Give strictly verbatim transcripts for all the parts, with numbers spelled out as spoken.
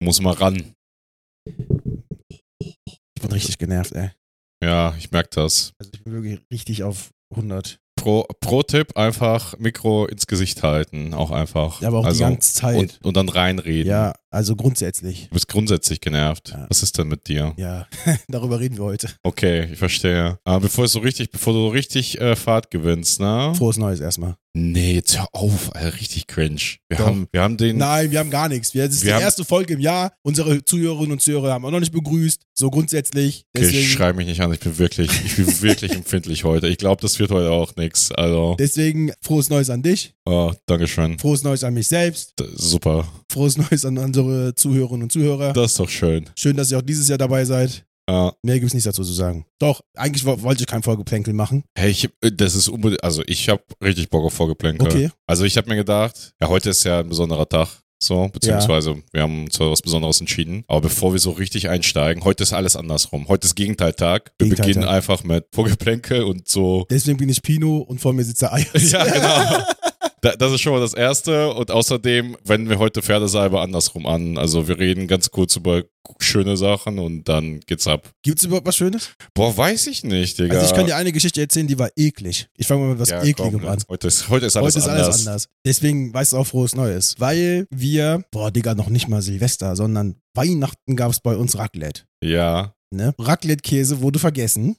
muss mal ran. Ich bin richtig genervt, ey. Ja, ich merke das. Also ich bin wirklich richtig auf hundert. Pro, Pro-Tipp, einfach Mikro ins Gesicht halten, auch einfach. Ja, aber auch also, die ganze Zeit. Und, und dann reinreden. Ja, also grundsätzlich. Du bist grundsätzlich genervt. Ja. Was ist denn mit dir? Ja, darüber reden wir heute. Okay, ich verstehe. Aber bevor es so richtig, bevor du so richtig äh, Fahrt gewinnst, ne? Frohes Neues erstmal. Nee, jetzt hör auf, Alter, richtig cringe. Wir Doch. haben, wir haben den. Nein, wir haben gar nichts. Wir, das ist Wir die haben- erste Folge im Jahr. Unsere Zuhörerinnen und Zuhörer haben auch noch nicht begrüßt. So grundsätzlich. Okay, Deswegen, schrei mich nicht an, ich bin wirklich, ich bin wirklich empfindlich heute. Ich glaube, das wird heute auch nichts. Also, deswegen frohes Neues an dich. oh, Dankeschön. Frohes Neues an mich selbst. D- Super. Frohes Neues an unsere Zuhörerinnen und Zuhörer. Das ist doch schön. Schön, dass ihr auch dieses Jahr dabei seid. Ja. Mehr gibt's nichts dazu zu sagen. Doch, eigentlich wo- wollte ich kein Vorgeplänkel machen. Hey, ich, das ist unbedingt, also ich habe richtig Bock auf Vorgeplänkel. Okay. Also ich habe mir gedacht, ja, heute ist ja ein besonderer Tag. So, beziehungsweise wir haben uns für was Besonderes entschieden. Aber bevor wir so richtig einsteigen, heute ist alles andersrum. Heute ist Gegenteiltag. Wir Gegenteiltag. beginnen einfach mit Vorgeplänkel und so. Deswegen bin ich Pino und vor mir sitzt der Ayas. Ja, genau. Da, das ist schon mal das Erste. Und außerdem wenden wir heute Pferdesalbe andersrum an. Also wir reden ganz kurz über schöne Sachen und dann geht's ab. Gibt's überhaupt was Schönes? Boah, weiß ich nicht, Digga. Also ich kann dir eine Geschichte erzählen, die war eklig. Ich fange mal mit was ja, Ekligem komm, an. Heute ist, heute ist alles Heute ist anders. alles anders. Deswegen weißt du auch frohes Neues. Weil wir, boah, Digga, noch nicht mal Silvester, sondern Weihnachten gab's bei uns Raclette. Ja. Ne? Raclette-Käse wurde vergessen.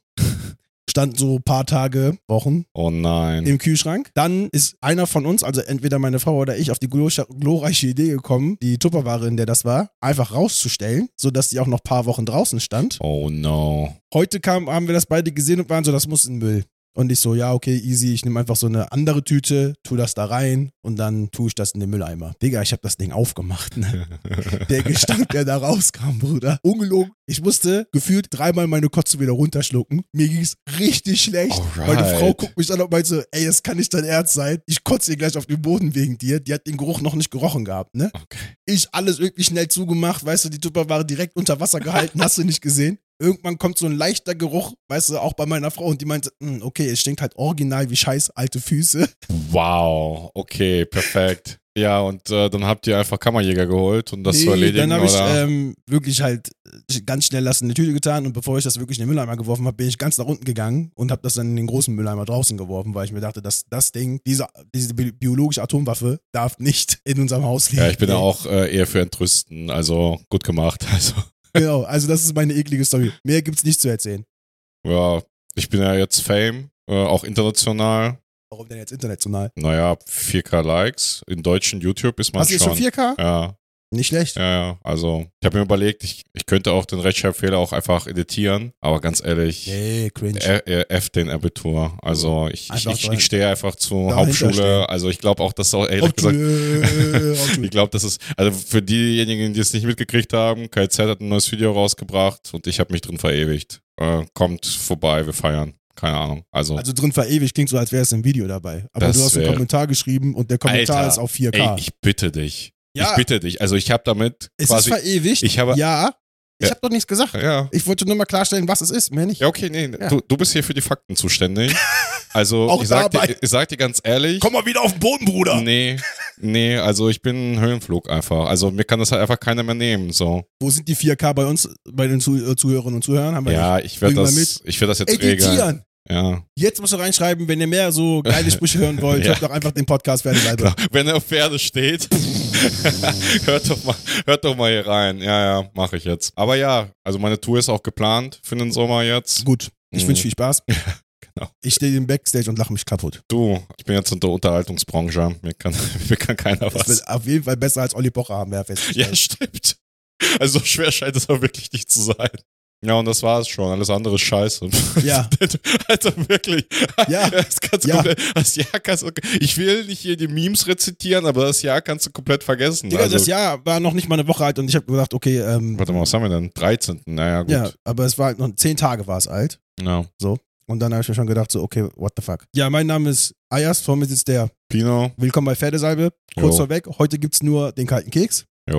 Stand so ein paar Tage, Wochen Oh nein. im Kühlschrank. Dann ist einer von uns, also entweder meine Frau oder ich, auf die glo- glorreiche Idee gekommen, die Tupperware, in der das war, einfach rauszustellen, sodass die auch noch ein paar Wochen draußen stand. Oh no. Heute kam, haben wir das beide gesehen und waren so, das muss in den Müll. Und ich so, ja, okay, easy, ich nehme einfach so eine andere Tüte, tu das da rein und dann tue ich das in den Mülleimer. Digga, ich habe das Ding aufgemacht, ne? Der Gestank, der da rauskam, Bruder. Ungelogen. Ich musste gefühlt dreimal meine Kotze wieder runterschlucken. Mir ging's richtig schlecht. Alright. Meine Frau guckt mich an und meint so, ey, das kann nicht dein Ernst sein. Ich kotze hier gleich auf den Boden wegen dir. Die hat den Geruch noch nicht gerochen gehabt, ne? Okay. Ich alles irgendwie schnell zugemacht, weißt du, die Tupperware direkt unter Wasser gehalten, hast du nicht gesehen? Irgendwann kommt so ein leichter Geruch, weißt du, auch bei meiner Frau und die meinte, "Hm, okay, es stinkt halt original wie scheiß alte Füße." Wow. Okay, perfekt. Ja, und äh, dann habt ihr einfach Kammerjäger geholt, um das Nee, zu erledigen, dann habe ich oder? ähm, wirklich halt ganz schnell das in eine Tüte getan und bevor ich das wirklich in den Mülleimer geworfen habe, bin ich ganz nach unten gegangen und habe das dann in den großen Mülleimer draußen geworfen, weil ich mir dachte, dass das Ding, diese, diese bi- biologische Atomwaffe darf nicht in unserem Haus liegen. Ja, ich bin ja auch äh, eher für Entrüsten, also gut gemacht. Also, Genau, also das ist meine eklige Story. Mehr gibt's nicht zu erzählen. ja, ich bin ja jetzt Fame, äh, auch international. Warum denn jetzt international? Naja, vier K Likes. In deutschen YouTube ist man Hast du jetzt schon. schon vier K? Ja, Nicht schlecht. ja, ja. Also, ich habe mir überlegt, ich, ich könnte auch den Rechtschreibfehler auch einfach editieren, aber ganz ehrlich, Nee, cringe. F, äh, F den Abitur. Also, ich, ich, Einfach ich, so ich stehe einfach zur dahinter stehen. Hauptschule. Also, ich glaube auch, dass auch, ehrlich gesagt, ich glaube, das ist, also für diejenigen, die es nicht mitgekriegt haben, K Z hat ein neues Video rausgebracht und ich habe mich drin verewigt. Äh, kommt vorbei, wir feiern. Keine Ahnung. Also, Also drin verewigt klingt so, als wäre es ein Video dabei. Aber Das du hast einen wär- Kommentar geschrieben und der Kommentar Alter, ist auf vier K. ey, ich bitte dich. Ja. Ich bitte dich. Also, ich habe damit es quasi. ist verewigt. ich habe- ja. Ich Ja. habe doch nichts gesagt. ja. Ich wollte nur mal klarstellen, was es ist, mehr nicht. Ja, okay, nee, Ja. Du, du bist hier für die Fakten zuständig. Also, Auch ich, sag dabei. dir, ich sag dir ganz ehrlich. Komm mal wieder auf den Boden, Bruder. Nee, nee, also ich bin ein Höhenflug einfach. Also mir kann das halt einfach keiner mehr nehmen. So. Wo sind die vier K bei uns, bei den Zuh äh, Zuhörerinnen und Zuhörern? Haben wir nicht. Ja, ich werde Bring mal das, ich werd das jetzt regeln. Editieren. Ja. Jetzt musst du reinschreiben, wenn ihr mehr so geile Sprüche hören wollt, Ja. hört doch einfach den Podcast Pferdesalbe. Klar. Wenn er auf Pferde steht, hört, doch mal, hört doch mal hier rein. Ja, ja, mache ich jetzt. Aber ja, also meine Tour ist auch geplant für den Sommer jetzt. Gut, ich Mhm. wünsche viel Spaß. Genau. Ich stehe im Backstage und lache mich kaputt. Du, ich bin jetzt in der Unterhaltungsbranche. Mir kann, mir kann keiner Das was. wird auf jeden Fall besser als Olli Pocher, haben wir ja festgestellt. Ja, stimmt. Also so schwer scheint es aber wirklich nicht zu sein. Ja, und das war es schon. Alles andere ist scheiße. Ja. Also wirklich. Ja. Das kannst du Ja. komplett, das Jahr kannst du, ich will nicht hier die Memes rezitieren, aber das Jahr kannst du komplett vergessen. Digga, also, das Jahr war noch nicht mal eine Woche alt und ich habe gedacht, okay, ähm, Warte mal, was haben wir denn? dreizehnten Naja, gut. ja, aber es war halt noch zehn Tage war es alt. Ja. Und dann habe ich mir schon gedacht, so, okay, what the fuck. Ja, mein Name ist Ayas, vor mir sitzt der. Pino. Willkommen bei Pferdesalbe. Kurz Jo. vorweg, heute gibt's nur den kalten Keks. Jo.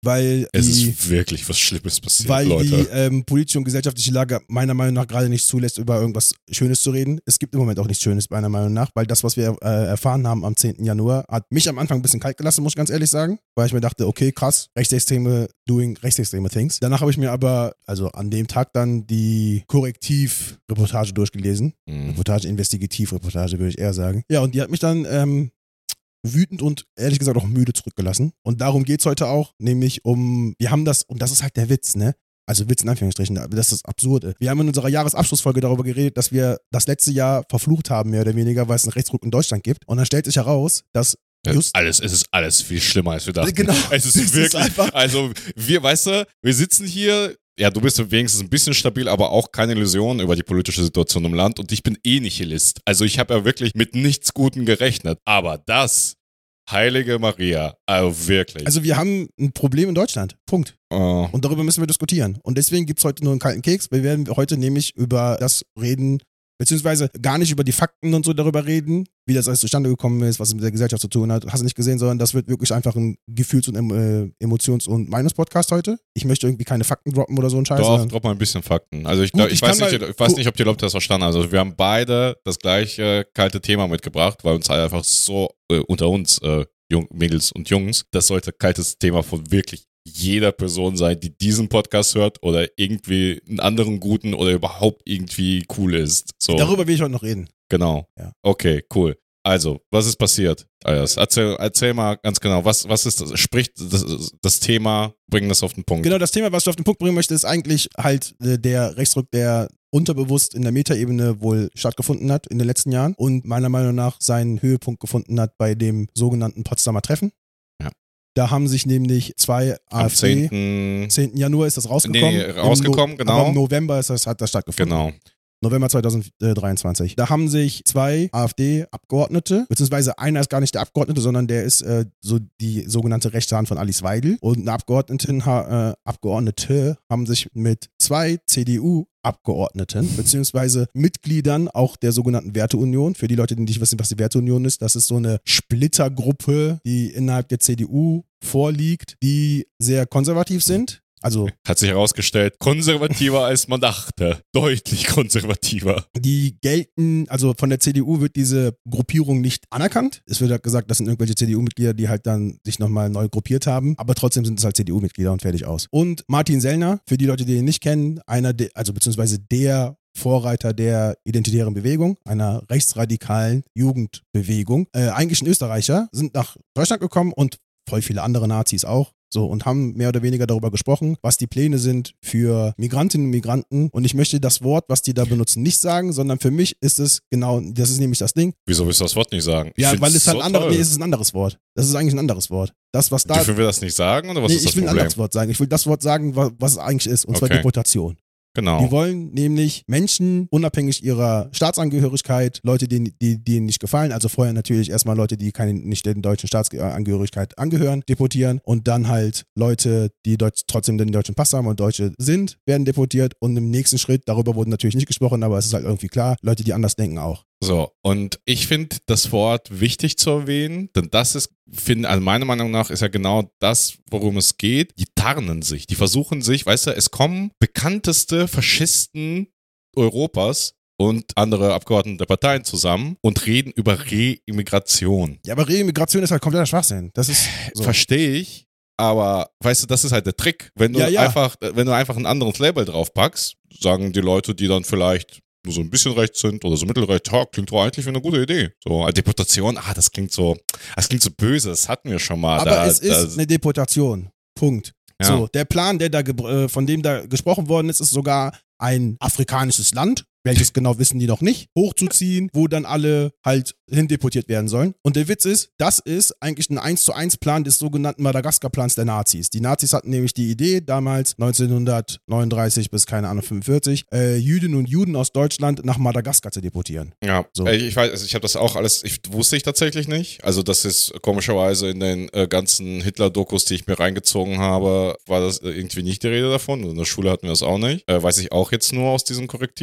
weil Es die, ist wirklich was Schlimmes passiert, weil Leute. die ähm, politische und gesellschaftliche Lage meiner Meinung nach gerade nicht zulässt, über irgendwas Schönes zu reden. Es gibt im Moment auch nichts Schönes meiner Meinung nach, weil das, was wir äh, erfahren haben am zehnten Januar, hat mich am Anfang ein bisschen kalt gelassen, muss ich ganz ehrlich sagen, weil ich mir dachte, okay, krass, Rechtsextreme doing rechtsextreme things. Danach habe ich mir aber, also an dem Tag dann die Korrektiv-Reportage durchgelesen. Mhm. Reportage, Investigativ-Reportage würde ich eher sagen. Ja, und die hat mich dann ähm, wütend und ehrlich gesagt auch müde zurückgelassen. Und darum geht's heute auch, nämlich um, wir haben das, und das ist halt der Witz, ne? Also Witz in Anführungsstrichen, aber das ist das Absurde. Wir haben in unserer Jahresabschlussfolge darüber geredet, dass wir das letzte Jahr verflucht haben, mehr oder weniger, weil es einen Rechtsruck in Deutschland gibt. Und dann stellt sich heraus, dass just alles, es ist alles viel schlimmer, als wir dachten. Genau. Es ist Es wirklich, ist einfach- also wir, weißt du, wir sitzen hier, ja, du bist wenigstens ein bisschen stabil, aber auch keine Illusionen über die politische Situation im Land und ich bin eh Nihilist. Also ich habe ja wirklich mit nichts Guten gerechnet. Aber das, Heilige Maria, also wirklich. Also wir haben ein Problem in Deutschland. Punkt. Oh. Und darüber müssen wir diskutieren. Und deswegen gibt es heute nur einen kalten Keks. Wir werden heute nämlich über das reden, beziehungsweise gar nicht über die Fakten und so darüber reden, wie das alles zustande gekommen ist, was es mit der Gesellschaft zu tun hat. Hast du nicht gesehen, sondern das wird wirklich einfach ein Gefühls- und äh, Emotions- und Meinungspodcast heute. Ich möchte irgendwie keine Fakten droppen oder so ein Scheiß. Doch, sondern- drop mal ein bisschen Fakten. Also ich, Gut, glaub, ich, ich weiß, kann nicht, mal- ich weiß nicht, ob die Leute das verstanden haben. Also wir haben beide das gleiche kalte Thema mitgebracht, weil uns halt einfach so äh, unter uns, äh, Jung, Mädels und Jungs, das sollte kaltes Thema von wirklich jeder Person sein, die diesen Podcast hört oder irgendwie einen anderen guten oder überhaupt irgendwie cool ist. So, Darüber will ich heute noch reden. genau. Ja. Okay, cool. Also, was ist passiert? Ayas? Erzähl, erzähl mal ganz genau, was, was ist das? Spricht das, das Thema, bring das auf den Punkt. Genau, das Thema, was du auf den Punkt bringen möchtest, ist eigentlich halt äh, der Rechtsruck, der unterbewusst in der Metaebene wohl stattgefunden hat in den letzten Jahren und meiner Meinung nach seinen Höhepunkt gefunden hat bei dem sogenannten Potsdamer Treffen. Ja. Da haben sich nämlich zwei Am AfD, zehnten zehnten Januar ist das rausgekommen. Nee, rausgekommen, Im no- genau. Aber im November ist das, hat das stattgefunden. Genau. November zweitausenddreiundzwanzig. Da haben sich zwei AfD-Abgeordnete, beziehungsweise einer ist gar nicht der Abgeordnete, sondern der ist äh, so die sogenannte rechte Hand von Alice Weidel. Und eine Abgeordnetin, ha, äh, Abgeordnete haben sich mit zwei C D U-Abgeordneten, beziehungsweise Mitgliedern auch der sogenannten Werteunion. Für die Leute, die nicht wissen, was die Werteunion ist, das ist so eine Splittergruppe, die innerhalb der C D U vorliegt, die sehr konservativ sind. Also Hat sich herausgestellt, konservativer als man dachte. Deutlich konservativer. die gelten, also von der C D U wird diese Gruppierung nicht anerkannt. Es wird halt gesagt, das sind irgendwelche C D U-Mitglieder, die halt dann sich nochmal neu gruppiert haben, aber trotzdem sind es halt C D U-Mitglieder und fertig aus. Und Martin Sellner, für die Leute, die ihn nicht kennen, einer der, also beziehungsweise der Vorreiter der identitären Bewegung, einer rechtsradikalen Jugendbewegung, äh, eigentlich ein Österreicher, sind nach Deutschland gekommen und voll viele andere Nazis auch. So, und haben mehr oder weniger darüber gesprochen, was die Pläne sind für Migrantinnen und Migranten. Und ich möchte das Wort, was die da benutzen, nicht sagen, sondern für mich ist es genau, das ist nämlich das Ding. Wieso willst du das Wort nicht sagen? Ich Ja, find's weil es halt so ein anderes, toll. nee, es ist ein anderes Wort. Das ist eigentlich ein anderes Wort. Das, was da, Dürfen wir das nicht sagen oder was nee, ist das ich will ein Problem? anderes Wort sagen. Ich will das Wort sagen, wa- was es eigentlich ist, und zwar Okay. Deportation. Genau. Die wollen nämlich Menschen, unabhängig ihrer Staatsangehörigkeit, Leute, die, die, die ihnen nicht gefallen, also vorher natürlich erstmal Leute, die keine, nicht der deutschen Staatsangehörigkeit angehören, deportieren und dann halt Leute, die Deutsch, trotzdem den deutschen Pass haben und Deutsche sind, werden deportiert und im nächsten Schritt, darüber wurde natürlich nicht gesprochen, aber es ist halt irgendwie klar, Leute, die anders denken auch. So, und ich finde das Wort wichtig zu erwähnen, denn das ist, find, also meiner Meinung nach ist ja genau das, worum es geht. Die tarnen sich, die versuchen sich, weißt du, es kommen bekannteste Faschisten Europas und andere Abgeordnete der Parteien zusammen und reden über Reimmigration. Ja, aber Reimmigration ist halt kompletter Schwachsinn. Das ist so. Verstehe ich, aber weißt du, das ist halt der Trick. Wenn du Ja, ja. einfach, wenn du einfach ein anderes Label draufpackst, sagen die Leute, die dann vielleicht nur so ein bisschen rechts sind oder so mittelrechts, ja, klingt doch eigentlich wie eine gute Idee. So, Deportation, ah, das klingt so, das klingt so böse, das hatten wir schon mal. Aber da, es ist da, eine Deportation. Punkt. Ja. So, der Plan, der da ge- äh, von dem da gesprochen worden ist, ist sogar ein afrikanisches Land, welches genau wissen die noch nicht, hochzuziehen, wo dann alle halt hindeportiert werden sollen. Und der Witz ist, das ist eigentlich ein eins zu eins Plan des sogenannten Madagaskar-Plans der Nazis. Die Nazis hatten nämlich die Idee, damals neunzehnhundertneununddreißig bis, keine Ahnung, fünfundvierzig, äh, Jüdinnen und Juden aus Deutschland nach Madagaskar zu deportieren. ja, So. Äh, ich weiß, also ich habe das auch alles, ich wusste ich tatsächlich nicht. Also das ist komischerweise in den äh, ganzen Hitler-Dokus, die ich mir reingezogen habe, war das äh, irgendwie nicht die Rede davon. In der Schule hatten wir das auch nicht. Äh, weiß ich auch jetzt nur aus diesem Korrektivzusammenhang.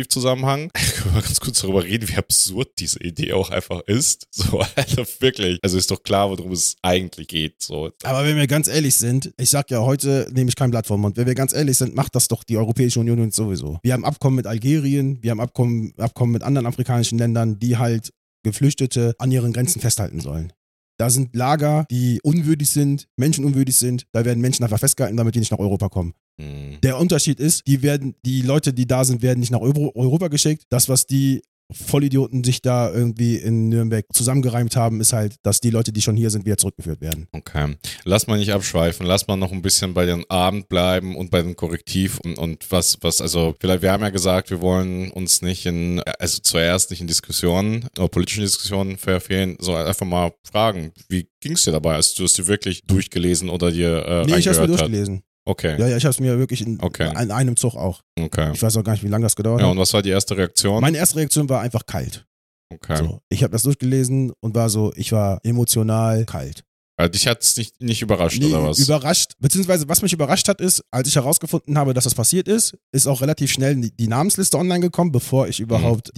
Zusammenhang, können wir ganz kurz darüber reden, wie absurd diese Idee auch einfach ist. So, also wirklich. Also ist doch klar, worum es eigentlich geht. So. Aber wenn wir ganz ehrlich sind, ich sag ja, heute nehme ich kein Blatt vom Mund. Wenn wir ganz ehrlich sind, macht das doch die Europäische Union sowieso. Wir haben Abkommen mit Algerien, wir haben Abkommen, Abkommen mit anderen afrikanischen Ländern, die halt Geflüchtete an ihren Grenzen festhalten sollen. Da sind Lager, die unwürdig sind, menschenunwürdig sind. Da werden Menschen einfach festgehalten, damit die nicht nach Europa kommen. Mhm. Der Unterschied ist, die werden, die Leute, die da sind, werden nicht nach Euro, Europa geschickt. Das, was die Vollidioten sich da irgendwie in Nürnberg zusammengereimt haben, ist halt, dass die Leute, die schon hier sind, wieder zurückgeführt werden. Okay. Lass mal nicht abschweifen. Lass mal noch ein bisschen bei den Abend bleiben und bei den Korrektiv und, und was, was, also vielleicht, wir haben ja gesagt, wir wollen uns nicht in, also zuerst nicht in Diskussionen oder politischen Diskussionen verfehlen, sondern einfach mal fragen, wie ging es dir dabei? Hast du es dir wirklich durchgelesen oder dir äh, Nee, ich habe es mir durchgelesen. Okay. Ja, ja, ich habe es mir wirklich in, okay. in einem Zug auch. Okay. Ich weiß auch gar nicht, wie lange das gedauert hat. Ja, und was war die erste Reaktion? Meine erste Reaktion war einfach kalt. Okay. So, ich habe das durchgelesen und war so, ich war emotional kalt. Also dich hat es nicht, nicht überrascht, nee, oder was? Überrascht, beziehungsweise was mich überrascht hat, ist, als ich herausgefunden habe, dass das passiert ist, ist auch relativ schnell die, die Namensliste online gekommen, bevor ich überhaupt mhm.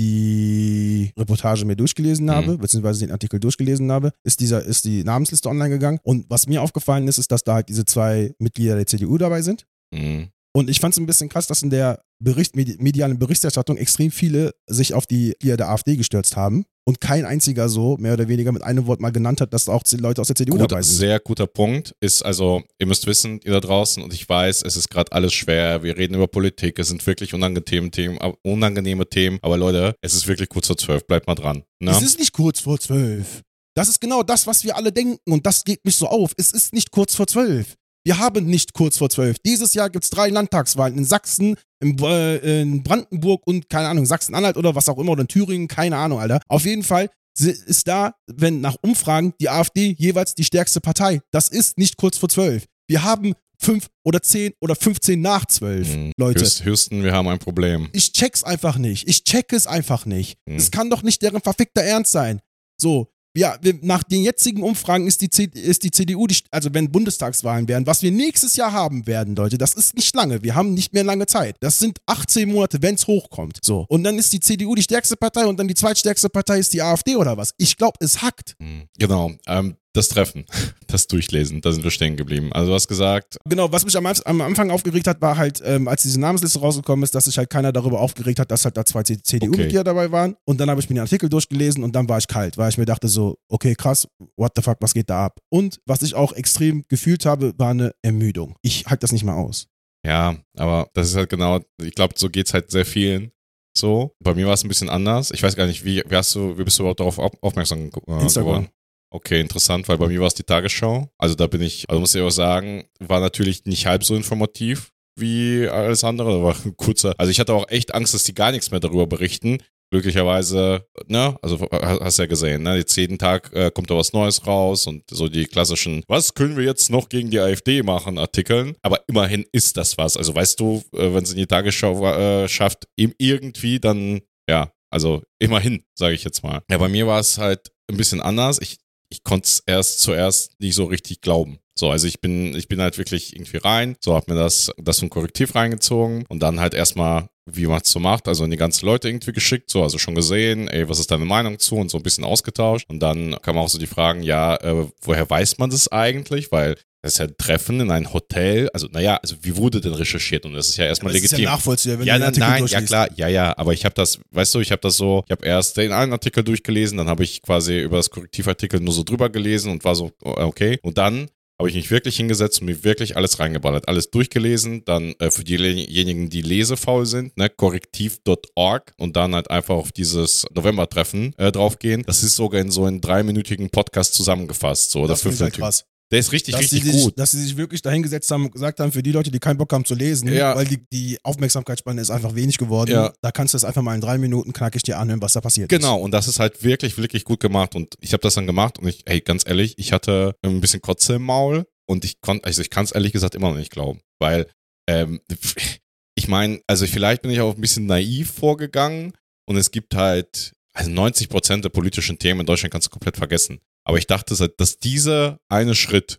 die Reportage mir durchgelesen habe, mhm. beziehungsweise den Artikel durchgelesen habe, ist, dieser, ist die Namensliste online gegangen. Und was mir aufgefallen ist, ist, dass da halt diese zwei Mitglieder der C D U dabei sind. Mhm. Und ich fand es ein bisschen krass, dass in der Bericht, medialen Berichterstattung extrem viele sich auf die Mitglieder der AfD gestürzt haben und kein einziger so mehr oder weniger mit einem Wort mal genannt hat, dass auch Leute aus der C D U Gut, dabei sind. Sehr guter Punkt ist, also ihr müsst wissen, ihr da draußen, und ich weiß, es ist gerade alles schwer, wir reden über Politik, es sind wirklich unangenehme Themen, unangenehme Themen, aber Leute, es ist wirklich kurz vor zwölf, bleibt mal dran. Ne? Es ist nicht kurz vor zwölf. Das ist genau das, was wir alle denken und das geht mich so auf. Es ist nicht kurz vor zwölf. Wir haben nicht kurz vor zwölf. Dieses Jahr gibt es drei Landtagswahlen in Sachsen, in, äh, in Brandenburg und, keine Ahnung, Sachsen-Anhalt oder was auch immer, oder in Thüringen, keine Ahnung, Alter. Auf jeden Fall ist da, wenn nach Umfragen, die AfD jeweils die stärkste Partei. Das ist nicht kurz vor zwölf. Wir haben fünf oder zehn oder fünfzehn nach zwölf, mhm. Leute. Houston, wir haben ein Problem. Ich check's einfach nicht. Ich check es einfach nicht. Es mhm. kann doch nicht deren verfickter Ernst sein. So. Ja, nach den jetzigen Umfragen ist die, C- ist die C D U, die, also wenn Bundestagswahlen wären, was wir nächstes Jahr haben werden, Leute, das ist nicht lange. Wir haben nicht mehr lange Zeit. Das sind achtzehn Monate, wenn es hochkommt. So. Und dann ist die C D U die stärkste Partei und dann die zweitstärkste Partei ist die AfD oder was? Ich glaube, es hackt. Genau. Ähm, das Treffen, das Durchlesen, da sind wir stehen geblieben. Also du hast gesagt... Genau, was mich am, am Anfang aufgeregt hat, war halt, ähm, als diese Namensliste rausgekommen ist, dass sich halt keiner darüber aufgeregt hat, dass halt da zwei C D U-Mitglieder okay. dabei waren. Und dann habe ich mir den Artikel durchgelesen und dann war ich kalt, weil ich mir dachte so, okay, krass, what the fuck, was geht da ab? Und was ich auch extrem gefühlt habe, war eine Ermüdung. Ich halte das nicht mehr aus. Ja, aber das ist halt genau, ich glaube, so geht's halt sehr vielen. So, bei mir war es ein bisschen anders. Ich weiß gar nicht, wie, wie hast du, wie bist du überhaupt darauf aufmerksam äh, Instagram. geworden? Okay, interessant, weil bei mir war es die Tagesschau. Also da bin ich, also muss ich auch sagen, war natürlich nicht halb so informativ wie alles andere. Da war ein kurzer, also ich hatte auch echt Angst, dass die gar nichts mehr darüber berichten. Glücklicherweise, ne, also hast ja gesehen, ne, jetzt jeden Tag äh, kommt da was Neues raus und so die klassischen, was können wir jetzt noch gegen die AfD machen, Artikeln. Aber immerhin ist das was. Also weißt du, äh, wenn es in die Tagesschau äh, schafft, eben irgendwie dann, ja, also immerhin, sage ich jetzt mal. Ja, bei mir war es halt ein bisschen anders. Ich Ich konnte es erst zuerst nicht so richtig glauben. So, also ich bin, ich bin halt wirklich irgendwie rein, so hab mir das, das zum Korrektiv reingezogen und dann halt erstmal, wie man es so macht, also an die ganzen Leute irgendwie geschickt, so, also schon gesehen, ey, was ist deine Meinung zu und so ein bisschen ausgetauscht und dann kam auch so die Fragen, ja, äh, woher weiß man das eigentlich, weil das ist ja ein Treffen in ein Hotel, also naja, also wie wurde denn recherchiert und das ist ja erstmal ja, das legitim. Das ist ja nachvollziehbar, wenn ja, du den Artikel nein, durchliest. Ja klar, ja, ja, aber ich habe das, weißt du, ich habe das so, ich habe erst den einen Artikel durchgelesen, dann habe ich quasi über das Korrektivartikel nur so drüber gelesen und war so, okay, und dann habe ich mich wirklich hingesetzt und mir wirklich alles reingeballert, alles durchgelesen, dann äh, für diejenigen, die lesefaul sind, ne, korrektiv Punkt org und dann halt einfach auf dieses November-Treffen äh, draufgehen. Das ist sogar in so einem dreiminütigen Podcast zusammengefasst, so, oder fünf Minuten. Krass. Der ist richtig, dass richtig sie sich, gut. Dass sie sich wirklich dahingesetzt haben und gesagt haben, für die Leute, die keinen Bock haben zu lesen, ja. weil die, die Aufmerksamkeitsspanne ist einfach wenig geworden. Ja. Da kannst du es einfach mal in drei Minuten knackig dir anhören, was da passiert genau, ist. Genau, und das ist halt wirklich, wirklich gut gemacht. Und ich habe das dann gemacht und ich, hey, ganz ehrlich, ich hatte ein bisschen Kotze im Maul und ich konnte, also ich kann es ehrlich gesagt immer noch nicht glauben. Weil, ähm, ich meine, also vielleicht bin ich auch ein bisschen naiv vorgegangen und es gibt halt, also neunzig Prozent der politischen Themen in Deutschland kannst du komplett vergessen. Aber ich dachte, dass dieser eine Schritt,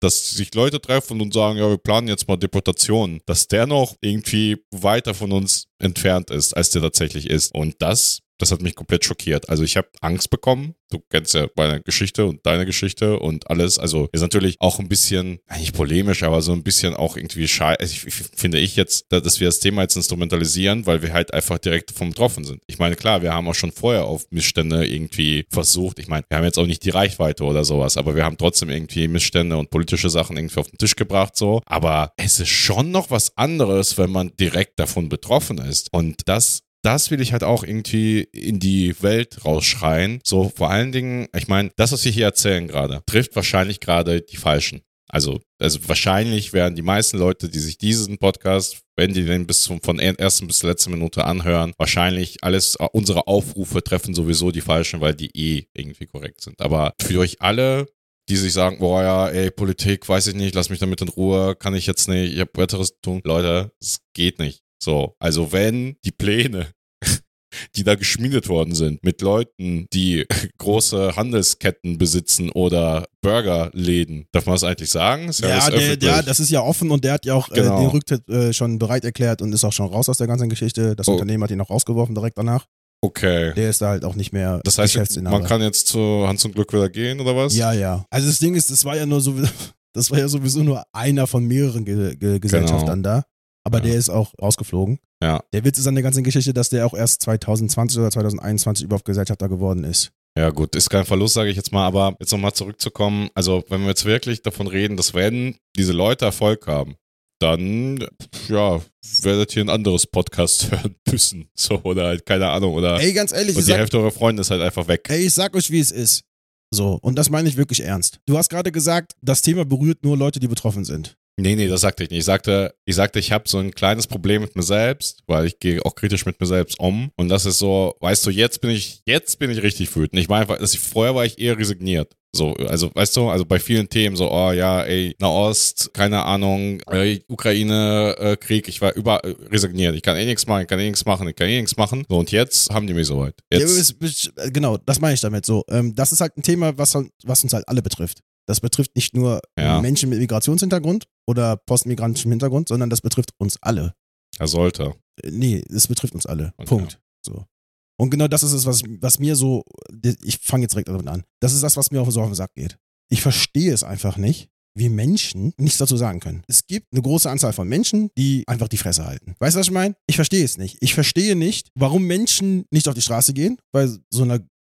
dass sich Leute treffen und sagen, ja, wir planen jetzt mal Deportationen, dass der noch irgendwie weiter von uns entfernt ist, als der tatsächlich ist. Und das, das hat mich komplett schockiert. Also ich habe Angst bekommen. Du kennst ja meine Geschichte und deine Geschichte und alles. Also ist natürlich auch ein bisschen, nicht polemisch, aber so ein bisschen auch irgendwie scheiße. Also ich, ich, finde ich jetzt, dass wir das Thema jetzt instrumentalisieren, weil wir halt einfach direkt davon betroffen sind. Ich meine, klar, wir haben auch schon vorher auf Missstände irgendwie versucht. Ich meine, wir haben jetzt auch nicht die Reichweite oder sowas, aber wir haben trotzdem irgendwie Missstände und politische Sachen irgendwie auf den Tisch gebracht, so. Aber es ist schon noch was anderes, wenn man direkt davon betroffen ist. Und das Das will ich halt auch irgendwie in die Welt rausschreien. So vor allen Dingen, ich meine, das, was wir hier erzählen gerade, trifft wahrscheinlich gerade die Falschen. Also, also wahrscheinlich werden die meisten Leute, die sich diesen Podcast, wenn die den bis zum von ersten bis zur letzten Minute anhören, wahrscheinlich alles, unsere Aufrufe treffen sowieso die Falschen, weil die eh irgendwie korrekt sind. Aber für euch alle, die sich sagen, boah ja, ey, Politik, weiß ich nicht, lass mich damit in Ruhe, kann ich jetzt nicht, ich hab Besseres zu tun. Leute, es geht nicht. So, also wenn die Pläne, die da geschmiedet worden sind, mit Leuten, die große Handelsketten besitzen oder Burgerläden, darf man das eigentlich sagen? Ist ja, ja, der, der, das ist ja offen und der hat ja auch genau. äh, den Rücktritt äh, schon bereit erklärt und ist auch schon raus aus der ganzen Geschichte. Das oh. Unternehmen hat ihn auch rausgeworfen direkt danach. Okay. Der ist da halt auch nicht mehr Das heißt, man kann jetzt zu Hans und Glück wieder gehen, oder was? Ja, ja. Also das Ding ist, das war ja nur so, das war ja sowieso nur einer von mehreren Ge- Ge- Gesellschaftern genau. da. Aber ja. der ist auch rausgeflogen. Ja. Der Witz ist an der ganzen Geschichte, dass der auch erst zwanzig zwanzig oder zwanzig einundzwanzig überhaupt Gesellschafter geworden ist. Ja gut, ist kein Verlust, sage ich jetzt mal, aber jetzt nochmal zurückzukommen, also wenn wir jetzt wirklich davon reden, dass wenn diese Leute Erfolg haben, dann, ja, werdet ihr ein anderes Podcast hören müssen, so, oder halt, keine Ahnung, oder ey, ganz ehrlich, und die sag, Hälfte eurer Freunde ist halt einfach weg. Ey, ich sag euch, wie es ist. So, und das meine ich wirklich ernst. Du hast gerade gesagt, das Thema berührt nur Leute, die betroffen sind. Nee, nee, das sagte ich nicht. Ich sagte, ich sagte, ich habe so ein kleines Problem mit mir selbst, weil ich gehe auch kritisch mit mir selbst um. Und das ist so, weißt du, jetzt bin ich, jetzt bin ich richtig wütend. Ich war einfach, dass ich, vorher war ich eher resigniert. So, also, weißt du, also bei vielen Themen so, oh ja, ey, Nahost, keine Ahnung, äh, Ukraine, äh, Krieg, ich war über äh, resigniert. Ich kann eh nichts machen, ich kann eh nichts machen, ich kann eh nichts machen. So, und jetzt haben die mich soweit. Jetzt. Ja, genau, das meine ich damit so. Ähm, das ist halt ein Thema, was, was uns halt alle betrifft. Das betrifft nicht nur ja. Menschen mit Migrationshintergrund oder postmigrantischem Hintergrund, sondern das betrifft uns alle. Er sollte. Nee, es betrifft uns alle. Okay. Punkt. So. Und genau das ist es, was, was mir so, ich fange jetzt direkt damit an, das ist das, was mir auch so auf den Sack geht. Ich verstehe es einfach nicht, wie Menschen nichts dazu sagen können. Es gibt eine große Anzahl von Menschen, die einfach die Fresse halten. Weißt du, was ich meine? Ich verstehe es nicht. Ich verstehe nicht, warum Menschen nicht auf die Straße gehen bei so einer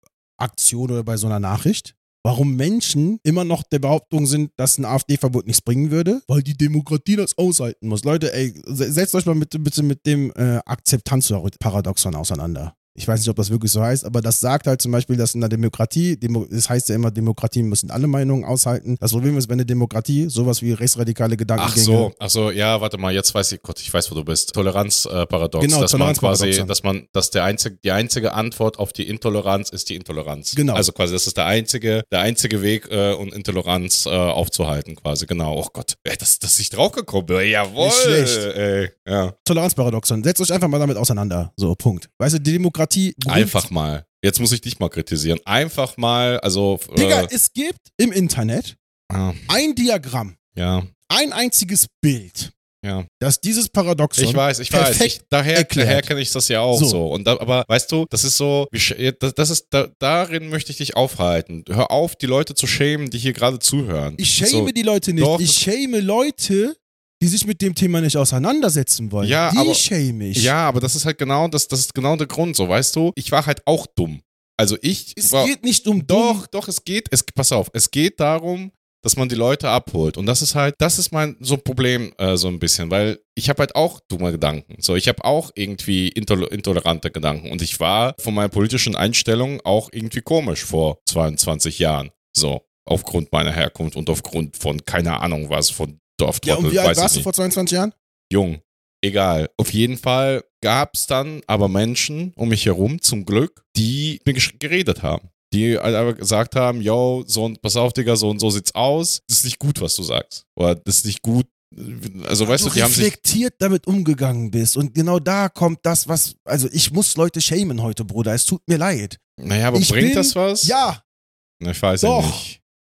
Aktion oder bei so einer Nachricht. Warum Menschen immer noch der Behauptung sind, dass ein AfD-Verbot nichts bringen würde, weil die Demokratie das aushalten muss. Leute, ey, setzt euch mal bitte, bitte mit dem äh, Akzeptanzparadoxon auseinander. Ich weiß nicht, ob das wirklich so heißt, aber das sagt halt zum Beispiel, dass in der Demokratie, Demo, das heißt ja immer, Demokratien müssen alle Meinungen aushalten. Das Problem ist, wenn eine Demokratie sowas wie rechtsradikale Gedanken Ach so, ach so, ja, warte mal, jetzt weiß ich, Gott, ich weiß, wo du bist. Toleranzparadox, genau, dass Toleranz man quasi, dass man, dass der einzige, die einzige Antwort auf die Intoleranz ist die Intoleranz. Genau. Also quasi, das ist der einzige, der einzige Weg, äh, um Intoleranz äh, aufzuhalten, quasi, genau. Oh Gott, ey, das, das ist nicht draufgekommen, ey, jawohl. Nicht schlecht. Ey, ja. Toleranzparadoxon, setzt euch einfach mal damit auseinander. So, Punkt. Weißt du, die Demokratie einfach mal. Jetzt muss ich dich mal kritisieren. Einfach mal, also. Digga, äh, es gibt im Internet ah, ein Diagramm, ja, ein einziges Bild, ja. dass dieses Paradoxon Ich weiß, ich weiß. Ich, daher daher kenne ich das ja auch so. so. Und da, aber weißt du, das ist so, wie, das, das ist, da, darin möchte ich dich aufhalten. Hör auf, die Leute zu schämen, die hier gerade zuhören. Ich schäme so, die Leute nicht. Doch, ich schäme Leute, die sich mit dem Thema nicht auseinandersetzen wollen. Ja, die aber, schäme ich. Ja, aber das ist halt genau, das, das ist genau der Grund, so, weißt du? Ich war halt auch dumm. Also ich Es war, geht nicht um Doch, dumm. doch, es geht, es, pass auf, es geht darum, dass man die Leute abholt. Und das ist halt, das ist mein so Problem äh, so ein bisschen, weil ich habe halt auch dumme Gedanken. So, ich habe auch irgendwie intol- intolerante Gedanken. Und ich war von meiner politischen Einstellung auch irgendwie komisch vor zweiundzwanzig Jahren. So, aufgrund meiner Herkunft und aufgrund von, keine Ahnung was, von Dorftrottel. Ja, und wie alt weiß warst ich du vor zweiundzwanzig Jahren? Jung. Egal. Auf jeden Fall gab es dann aber Menschen um mich herum, zum Glück, die mit mir geredet haben. Die halt einfach gesagt haben, yo, so und pass auf, Digga, so und so sieht's aus. Das ist nicht gut, was du sagst. Oder das ist nicht gut. Also, weißt du, die haben sich reflektiert damit umgegangen bist. Und genau da kommt das, was, also ich muss Leute schämen heute, Bruder. Es tut mir leid. Naja, aber ich bringt bin, das was? Ja. Na, ich weiß Doch. ja nicht.